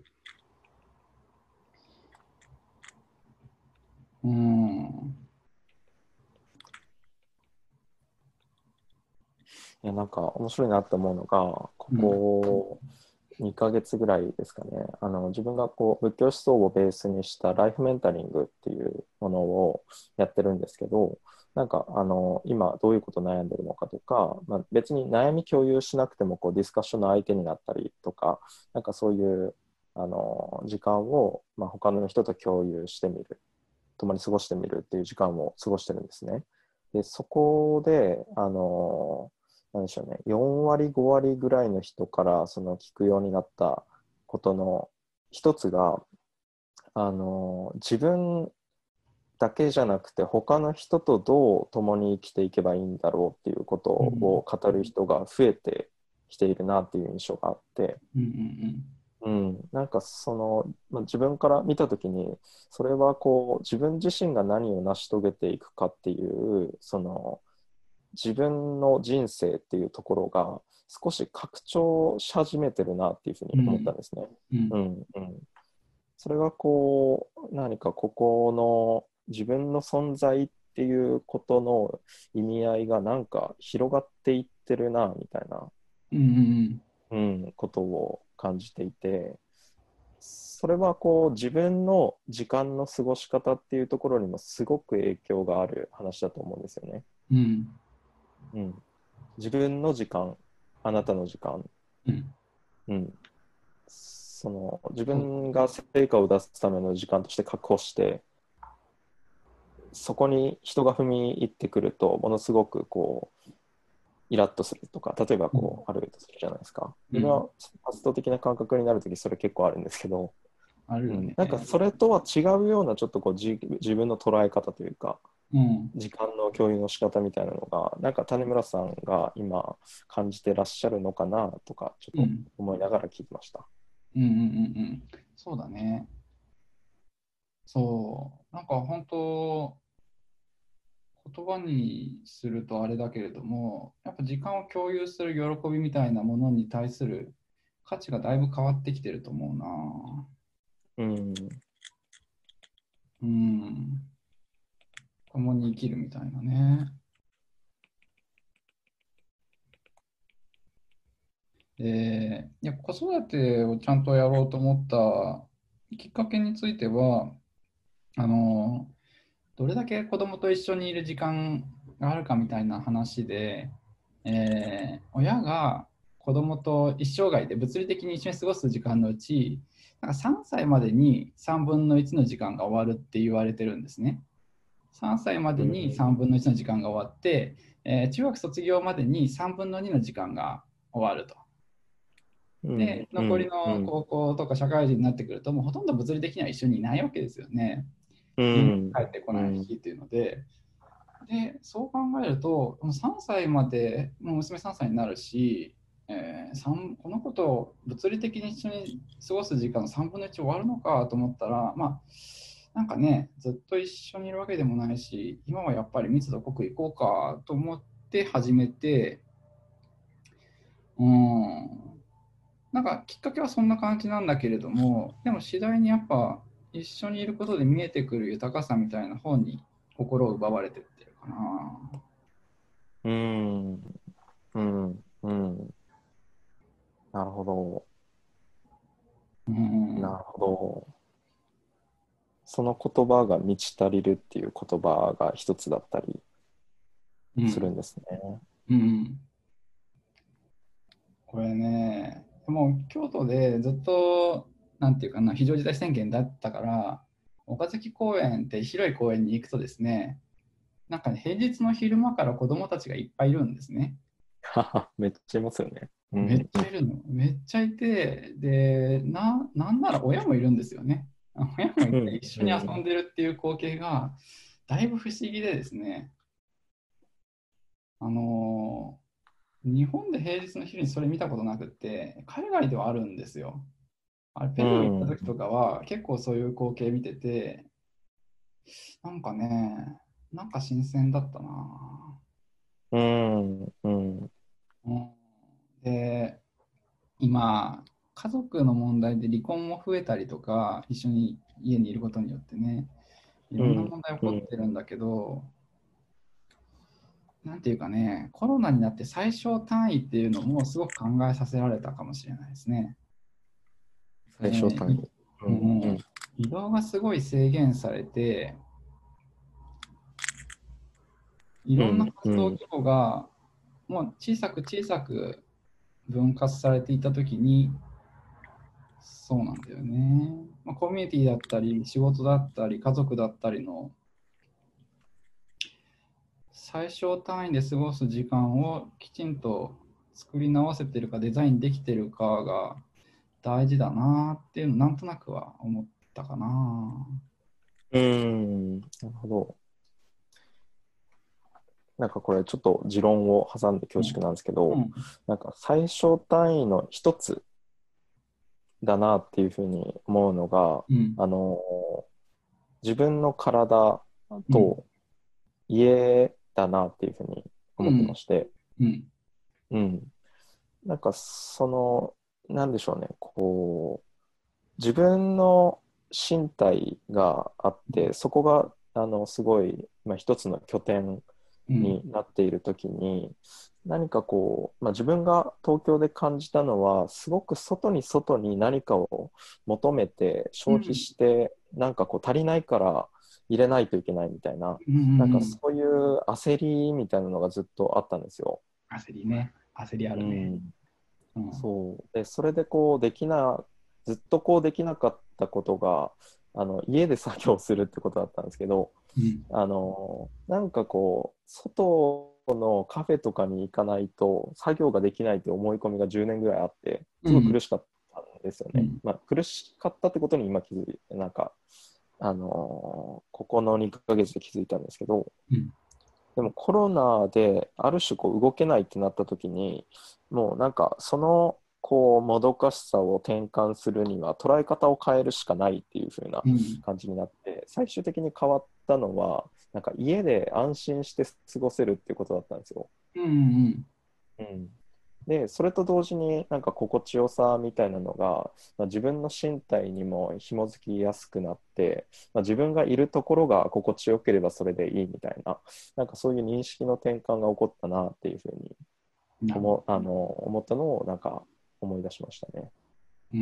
いや、なんか面白いなって思うのが、ここ2ヶ月ぐらいですかね、自分がこう仏教思想をベースにしたライフメンタリングっていうものをやってるんですけど、なんか今どういうこと悩んでるのかとか、別に悩み共有しなくてもこうディスカッションの相手になったりとか、なんかそういう時間を、他の人と共有してみる、共に過ごしてみるっていう時間を過ごしてるんですね。で、そこでなんでしょうね、4割5割ぐらいの人からその聞くようになったことの一つが、自分だけじゃなくて他の人とどう共に生きていけばいいんだろうっていうことを語る人が増えてきているなっていう印象があって、なんか自分から見た時にそれはこう自分自身が何を成し遂げていくかっていう自分の人生っていうところが少し拡張し始めてるなっていうふうに思ったんですね。それがこう何かここの自分の存在っていうことの意味合いがなんか広がっていってるなみたいな、ことを感じていて、それはこう自分の時間の過ごし方っていうところにもすごく影響がある話だと思うんですよね。自分の時間、あなたの時間、自分が成果を出すための時間として確保して、そこに人が踏み入ってくるとものすごくこうイラッとするとか、例えばこうあるとするじゃないですか。自分は発動的な感覚になるときそれ結構あるんですけど、なんかそれとは違うようなちょっとこう自分の捉え方というか、時間の共有の仕方みたいなのがなんか種村さんが今感じてらっしゃるのかなとかちょっと思いながら聞いてました。 そうだね。そう、なんか本当言葉にするとあれだけれども、やっぱ時間を共有する喜びみたいなものに対する価値がだいぶ変わってきてると思うな。共に生きるみたいなね。いや子育てをちゃんとやろうと思ったきっかけについては、どれだけ子供と一緒にいる時間があるかみたいな話で、親が子供と一生涯で物理的に一緒に過ごす時間のうち、なんか3歳までに3分の1の時間が終わるって言われてるんですね。3歳までに3分の1の時間が終わって、中学卒業までに3分の2の時間が終わると。で、残りの高校とか社会人になってくると、もうほとんど物理的には一緒にいないわけですよね。家に帰ってこない日っていうので、そう考えると、3歳まで、もう娘3歳になるし、この子と物理的に一緒に過ごす時間の3分の1終わるのかと思ったら、なんかね、ずっと一緒にいるわけでもないし、今はやっぱり密度濃くいこうかと思って始めて、なんかきっかけはそんな感じなんだけれども、でも次第にやっぱ一緒にいることで見えてくる豊かさみたいな方に心を奪われてってるかな。 うん、うん、うん。なるほど。 うん、 なるほど。その言葉が満ち足りるっていう言葉が一つだったりするうん、 んですね。 うん。これね、もう京都でずっと、なんていうかな、非常事態宣言だったから、岡崎公園って広い公園に行くとですね、なんかね、平日の昼間から子供たちがいっぱいいるんですね。 はは、めっちゃいますよね。うめっん、 ちゃいるの。めっちゃいて、で、なんなら親もいるんですよね。親もいてうん、 一緒に遊んうん、 でるっていう光景が、だいぶ不思議でですね、あの日本で平日の昼にそれ見たことなくって、海外ではあるんですよ。ペルー行ったうん、 時とかは結構そういう光景見てて、なんかね、なんか新鮮だったな。 うん、うん、 うん、で、今、家族の問題で離婚も増えたりとか、一緒に家にいることによってね、いろんなうん、 問題起こっうん、 てるんだけど、なんていうかね、コロナになって最小単位っていうのもすごく考えさせられたかもしれないですね。 最小単位。うん、 もううん、 移動がすごい制限されて、いろんなうん、う活動ん、 規模がもう小さく小さく分割されていたときに、そうなんだよね。コミュニティだったり、仕事だったり、家族だったりの最小単位で過ごす時間をきちんと作り直せてるか、デザインできてるかが大事だなっていうの、なんとなくは思ったかな。 うん、なるほど。なんかこれちょっと持論を挟んで恐縮なんですけど、 うん、 なんか最小単位の一つだなっていうふうに思うのが、 うん、 あの、自分の体うん、 と家だなっていうふうに思ってまうん、 して、 うん、 うん。なんかなんでしょうね、こう、自分の身体があって、そこが、すごい、まあ、一つの拠点うん、 になっているときに、何かこう、まあ、自分が東京で感じたのは、すごく外に何かを求めて消費うん、 して、なんかこう足りないから入れないといけないみたいな、 うん、うなんかん、 そういう焦りみたいなのがずっとあったんですよ。 焦りね。焦りあうるね。 ん。 うん。 そう。で、それでこうずっとこうできなかったことが、家で作業するってことだったんですけど、 うん。 なんかこう、外のカフェとかに行かないと作業ができないって思い込みが10年ぐらいあって、すごいうん。 苦しかったんですよね。 うん。 まあ、苦しかったってことに今気づいて、なんか、ここの2ヶ月で気づいたんですけど、 うん。 でもコロナである種こう動けないってなった時に、もうなんかそのこうもどかしさを転換するには捉え方を変えるしかないっていう風なうん。 感じになって、最終的に変わったのはなんか家で安心して過ごせるっていうことだったんですよ。 うん。 うん、でそれと同時になんか心地よさみたいなのが、まあ、自分の身体にも紐づきやすくなって、まあ、自分がいるところが心地よければそれでいいみたいな、なんかそういう認識の転換が起こったなっていうふうになるほど。 思ったのをなんか思い出しましたね。 うん。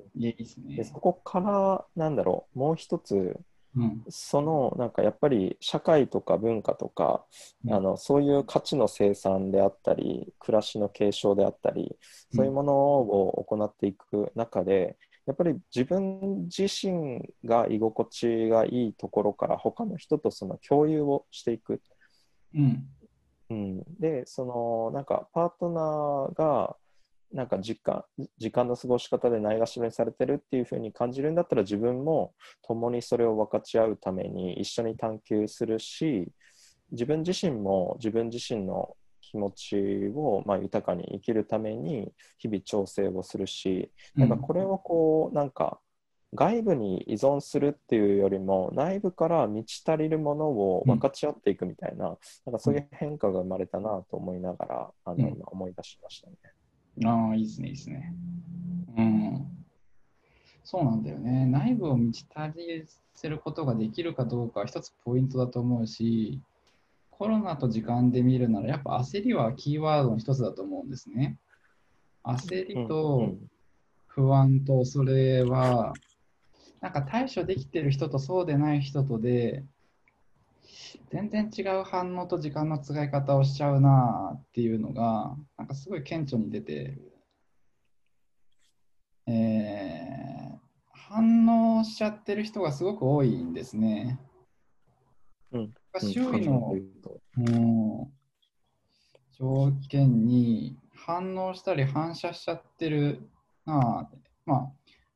うん。 いいですでそね。 こからなんだろう、もう一つ、 うん。 なんかやっぱり社会とか文化とか、 うん。 そういう価値の生産であったり暮らしの継承であったり、 うん。 そういうものを行っていく中で、やっぱり自分自身が居心地がいいところから他の人とその共有をしていく。 うん。 うん、でなんかパートナーがなんか時間の過ごし方でないがしろにされてるっていう風に感じるんだったら、自分も共にそれを分かち合うために一緒に探求するし、自分自身も自分自身の気持ちをまあ豊かに生きるために日々調整をするし、なんかうん。 これをこうなんか外部に依存するっていうよりも内部から満ち足りるものを分うん。 かち合っていくみたいな、なんかそういう変化が生まれたなと思いながらうん。 今思い出しましたね。 ああ、いいですね、いいですね。うん。 そうなんだよね。内部を満ち足りせることができるかどうかは一つポイントだと思うし、コロナと時間で見るなら、やっぱ焦りはキーワードの一つだと思うんですね。焦りうんうとん不安とそれは、なんか対処できてる人とそうでない人とで、全然違う反応と時間の使い方をしちゃうなっていうのが、なんかすごい顕著に出て、反応しちゃってる人がすごく多いんですね。 うん周囲の、 反応というと。 うん、条件に反応したり反射しちゃってるなあ、ま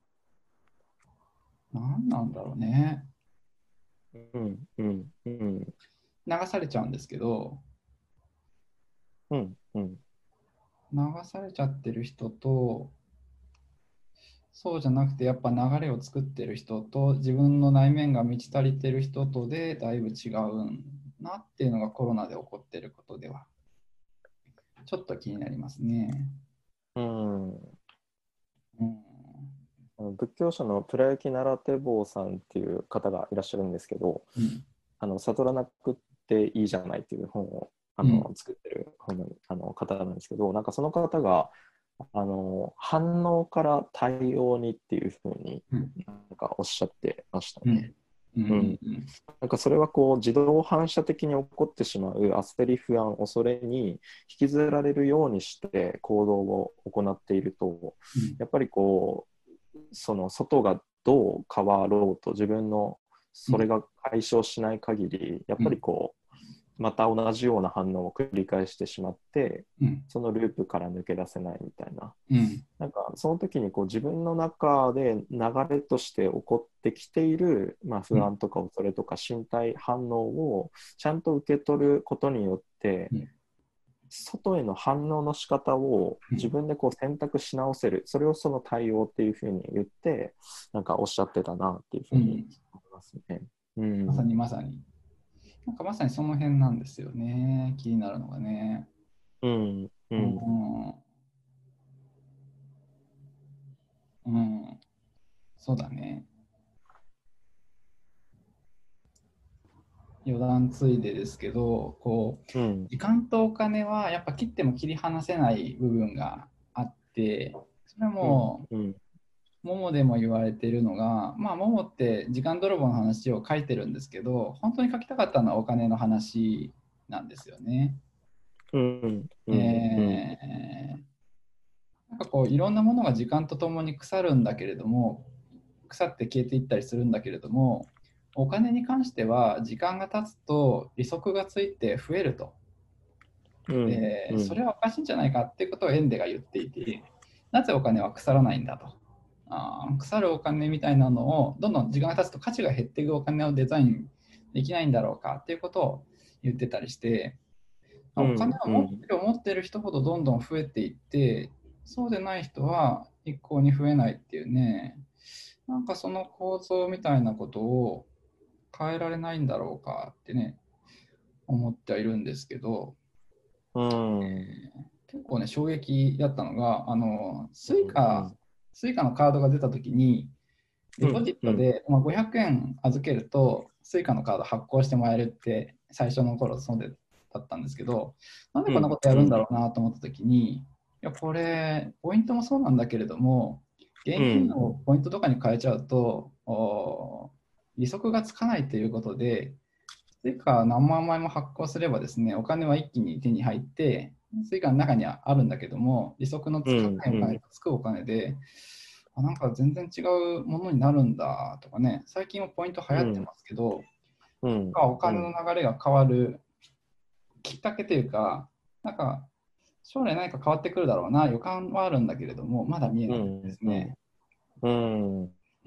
あ、何なんだろうね。 うんうんうん流されちゃうんですけど、 うんうん流されちゃってる人と、そうじゃなくて、やっぱ流れを作ってる人と、自分の内面が満ち足りてる人とで、だいぶ違うんなっていうのがコロナで起こってることでは、ちょっと気になりますね。 うんうん。 仏教者のプラユキ・ナラテボーさんっていう方がいらっしゃるんですけど、 うん。 悟らなくていいじゃないっていう本をうん。 作ってる本の方なんですけど、なんかその方が反応から対応にっていうふうにうん。 なんかおっしゃってましたね。 うん。うん。 うん、 うん。 なんかそれはこう自動反射的に起こってしまう焦り、不安、恐れに引きずられるようにして行動を行っていると、 うん。 やっぱりこうその外がどう変わろうと自分のうん。 それが解消しない限り、やっぱりこうまた同じような反応を繰り返してしまって、 うん。 そのループから抜け出せないみたいな。 うん。 なんかその時にこう自分の中で流れとして起こってきている、まあ、 うん。 不安とか恐れとか身体反応をちゃんと受け取ることによってうん。 外への反応の仕方を自分でこう選択し直せる、それをその対応っていうふうに言ってなんかおっしゃってたなっていうふうにうん。 思いますね。うまさんにまさに。なんかまさにその辺なんですよね。気になるのがね。 うんううんん。うん。そうだね。余談ついでですけど、 うん時間とお金はやっぱ切っても切り離せない部分があって、それはうんもうんう、ももでも言われているのが、まあ、ももって時間泥棒の話を書いてるんですけど、本当に書きたかったのはお金の話なんですよね。 うんうえんうんなんかいろんなものが時間とともに腐るんだけれども、腐って消えていったりするんだけれども、お金に関しては時間が経つと利息がついて増えると。 うんそれはおかしいんじゃないかっていうことをエンデが言っていて、なぜお金は腐らないんだと。腐るお金みたいなのをどんどん時間が経つと価値が減っていくお金をデザインできないんだろうかっていうことを言ってたりして、 うお金をんうん持ってる人ほどどんどん増えていって、そうでない人は一向に増えないっていうね、なんかその構造みたいなことを変えられないんだろうかってね、思ってはいるんですけど、 うん結構ね、衝撃だったのが、 うんスイカのカードが出たときに、デポジッうんトで、500円預けると、スイカのカード発行してもらえるって、最初の頃そうでだったんですけど、なんでこんなうんことやるんだろうなと思ったときに、いや、これ、ポイントもそうなんだけれども、現金うんをポイントとかに変えちゃうと、利息がつかないということで、スイカ何万枚も発行すればですね、お金は一気に手に入って、スイカの中にはあるんだけども、利息のつかないお金とつくお金で、なんか全然違うものになるんだとかね、最近はポイント流行ってますけど、 うんお金の流れが変わるきっかけというか、なんか将来何か変わってくるだろうな、予感はあるんだけれども、まだ見えうないですね。 んうんうん、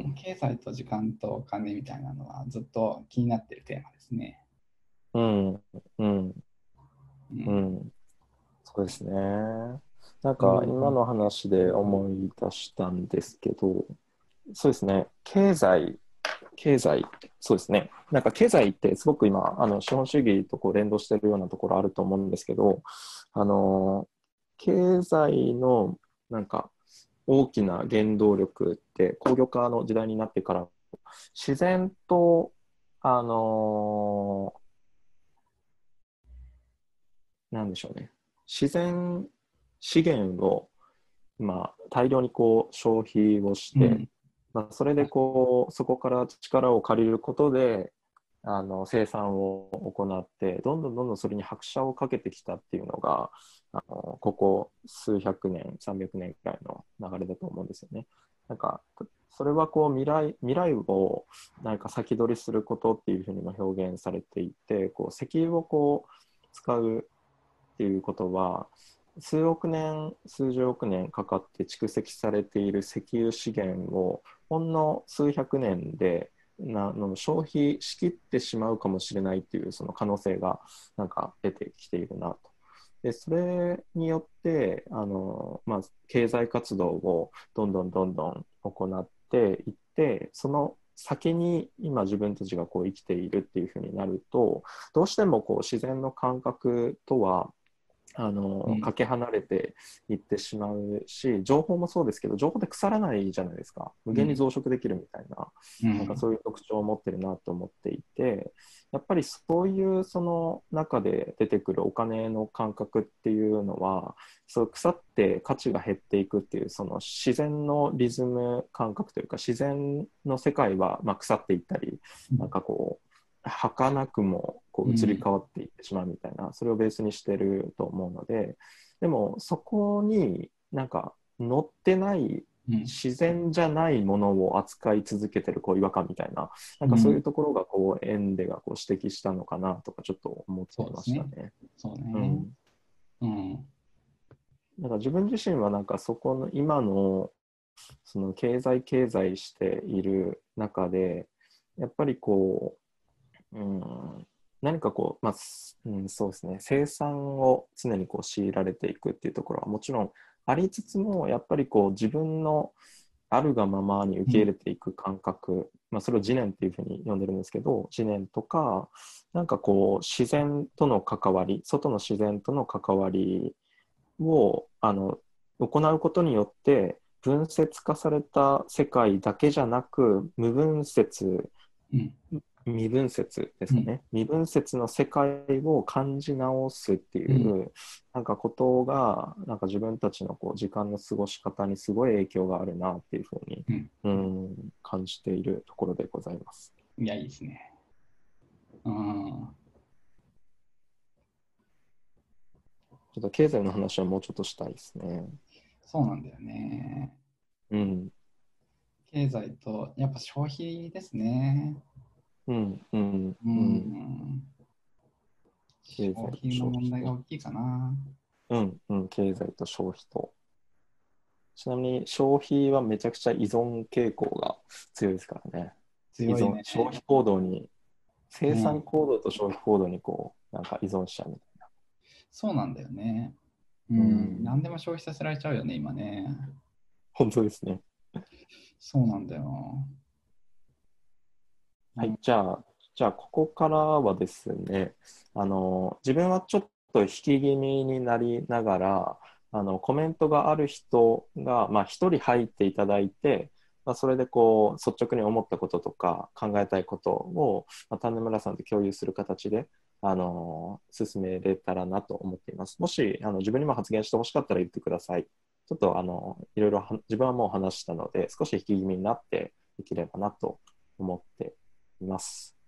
経済と時間とお金みたいなのはずっと気になっているテーマですね。 うんうんうん、 うんそうですね。なんか今うんの話で思い出したんですけど、そうですね。経済、そうですね。なんか経済ってすごく今、資本主義とこう連動しているようなところあると思うんですけど、あの、経済のなんか大きな原動力って工業化の時代になってから自然と、あのなんでしょうね、自然資源を、まあ、大量にこう消費をして、 うん。 まあ、それでこうそこから力を借りることで生産を行って、どんどんどんどんそれに拍車をかけてきたっていうのがここ数百年300年くらいの流れだと思うんですよね。なんかそれはこう未来をなんか先取りすることっていうふうにも表現されていて、こう石油をこう使うっていうことは数億年数十億年かかって蓄積されている石油資源をほんの数百年で消費しきってしまうかもしれないっていうその可能性がなんか出てきているなと。でそれによってまあ、経済活動をどんどんどんどん行っていって、その先に今自分たちがこう生きているっていうふうになると、どうしてもこう自然の感覚とはうん。 かけ離れていってしまうし、情報もそうですけど、情報って腐らないじゃないですか。無限にうん。 増殖できるみたいな、 うん。 なんかそういう特徴を持ってるなと思っていて、やっぱりそういうその中で出てくるお金の感覚っていうのは、そう腐って価値が減っていくっていう、その自然のリズム感覚というか、自然の世界はまあ腐っていったり、なんかこう、儚くもこう移りうん。 変わっていってしまうみたいな、それをベースにしてると思うので、でもそこになんか乗ってないうん。 自然じゃないものを扱い続けてるこう違和感みたいな、なんかそういううん。 ところがこうエンデがこう指摘したのかなとかちょっと思ってまそうですね。 したね。 そうね。 うん。 うん。 なんか自分自身はなんかそこの今のその経済している中で、やっぱりこう、何かこう、まあ、そうですね、生産を常にこう強いられていくっていうところはもちろんありつつも、やっぱりこう自分のあるがままに受うん。 け入れていく感覚、まあ、それを自念っていうふうに呼んでるんですけど、自念とか、なんかこう自然との関わり、外の自然との関わりを行うことによって、分節化された世界だけじゃなく、無分節うん。 未分節ですうん。 かね。未分節の世界を感じ直すっていうん。 う、なんかことが、なんか自分たちのこう時間の過ごし方にすごい影響があるなっていうふうに、 うん。 感じているところでございます。 いや、いいですね。うん。 ちょっと経済の話はもうちょっとしたいですね。 そうなんだよね。 うん、 経済と、やっぱ消費ですね。 うん、うん、 ううん。 ん。 経済と消費の問題が消費と、 大きいかな。 経済と消費と。ちなみに消費はめちゃくちゃ依存傾向が強いですからね。消強いね。 費行動に生産うん。 行動と消費行動にこう、なんか依存しちゃうみたいな。 そうなんだよね。ううん。 ん、 何でも消費させられちゃうよね、今ね。 本当ですね。 そうなんだよ。うはい、 ん。 じゃあ、ここからはですね、自分はちょっと引き気味になりながら、コメントがある人が、まあ、一人入っていただいて、まあ、それでこう、率直に思ったこととか考えたいことを、まあ、種村さんと共有する形で、進めれたらなと思っています。もし、自分にも発言してほしかったら言ってください。ちょっと、いろいろ自分はもう話したので、少し引き気味になっていければなと思っています。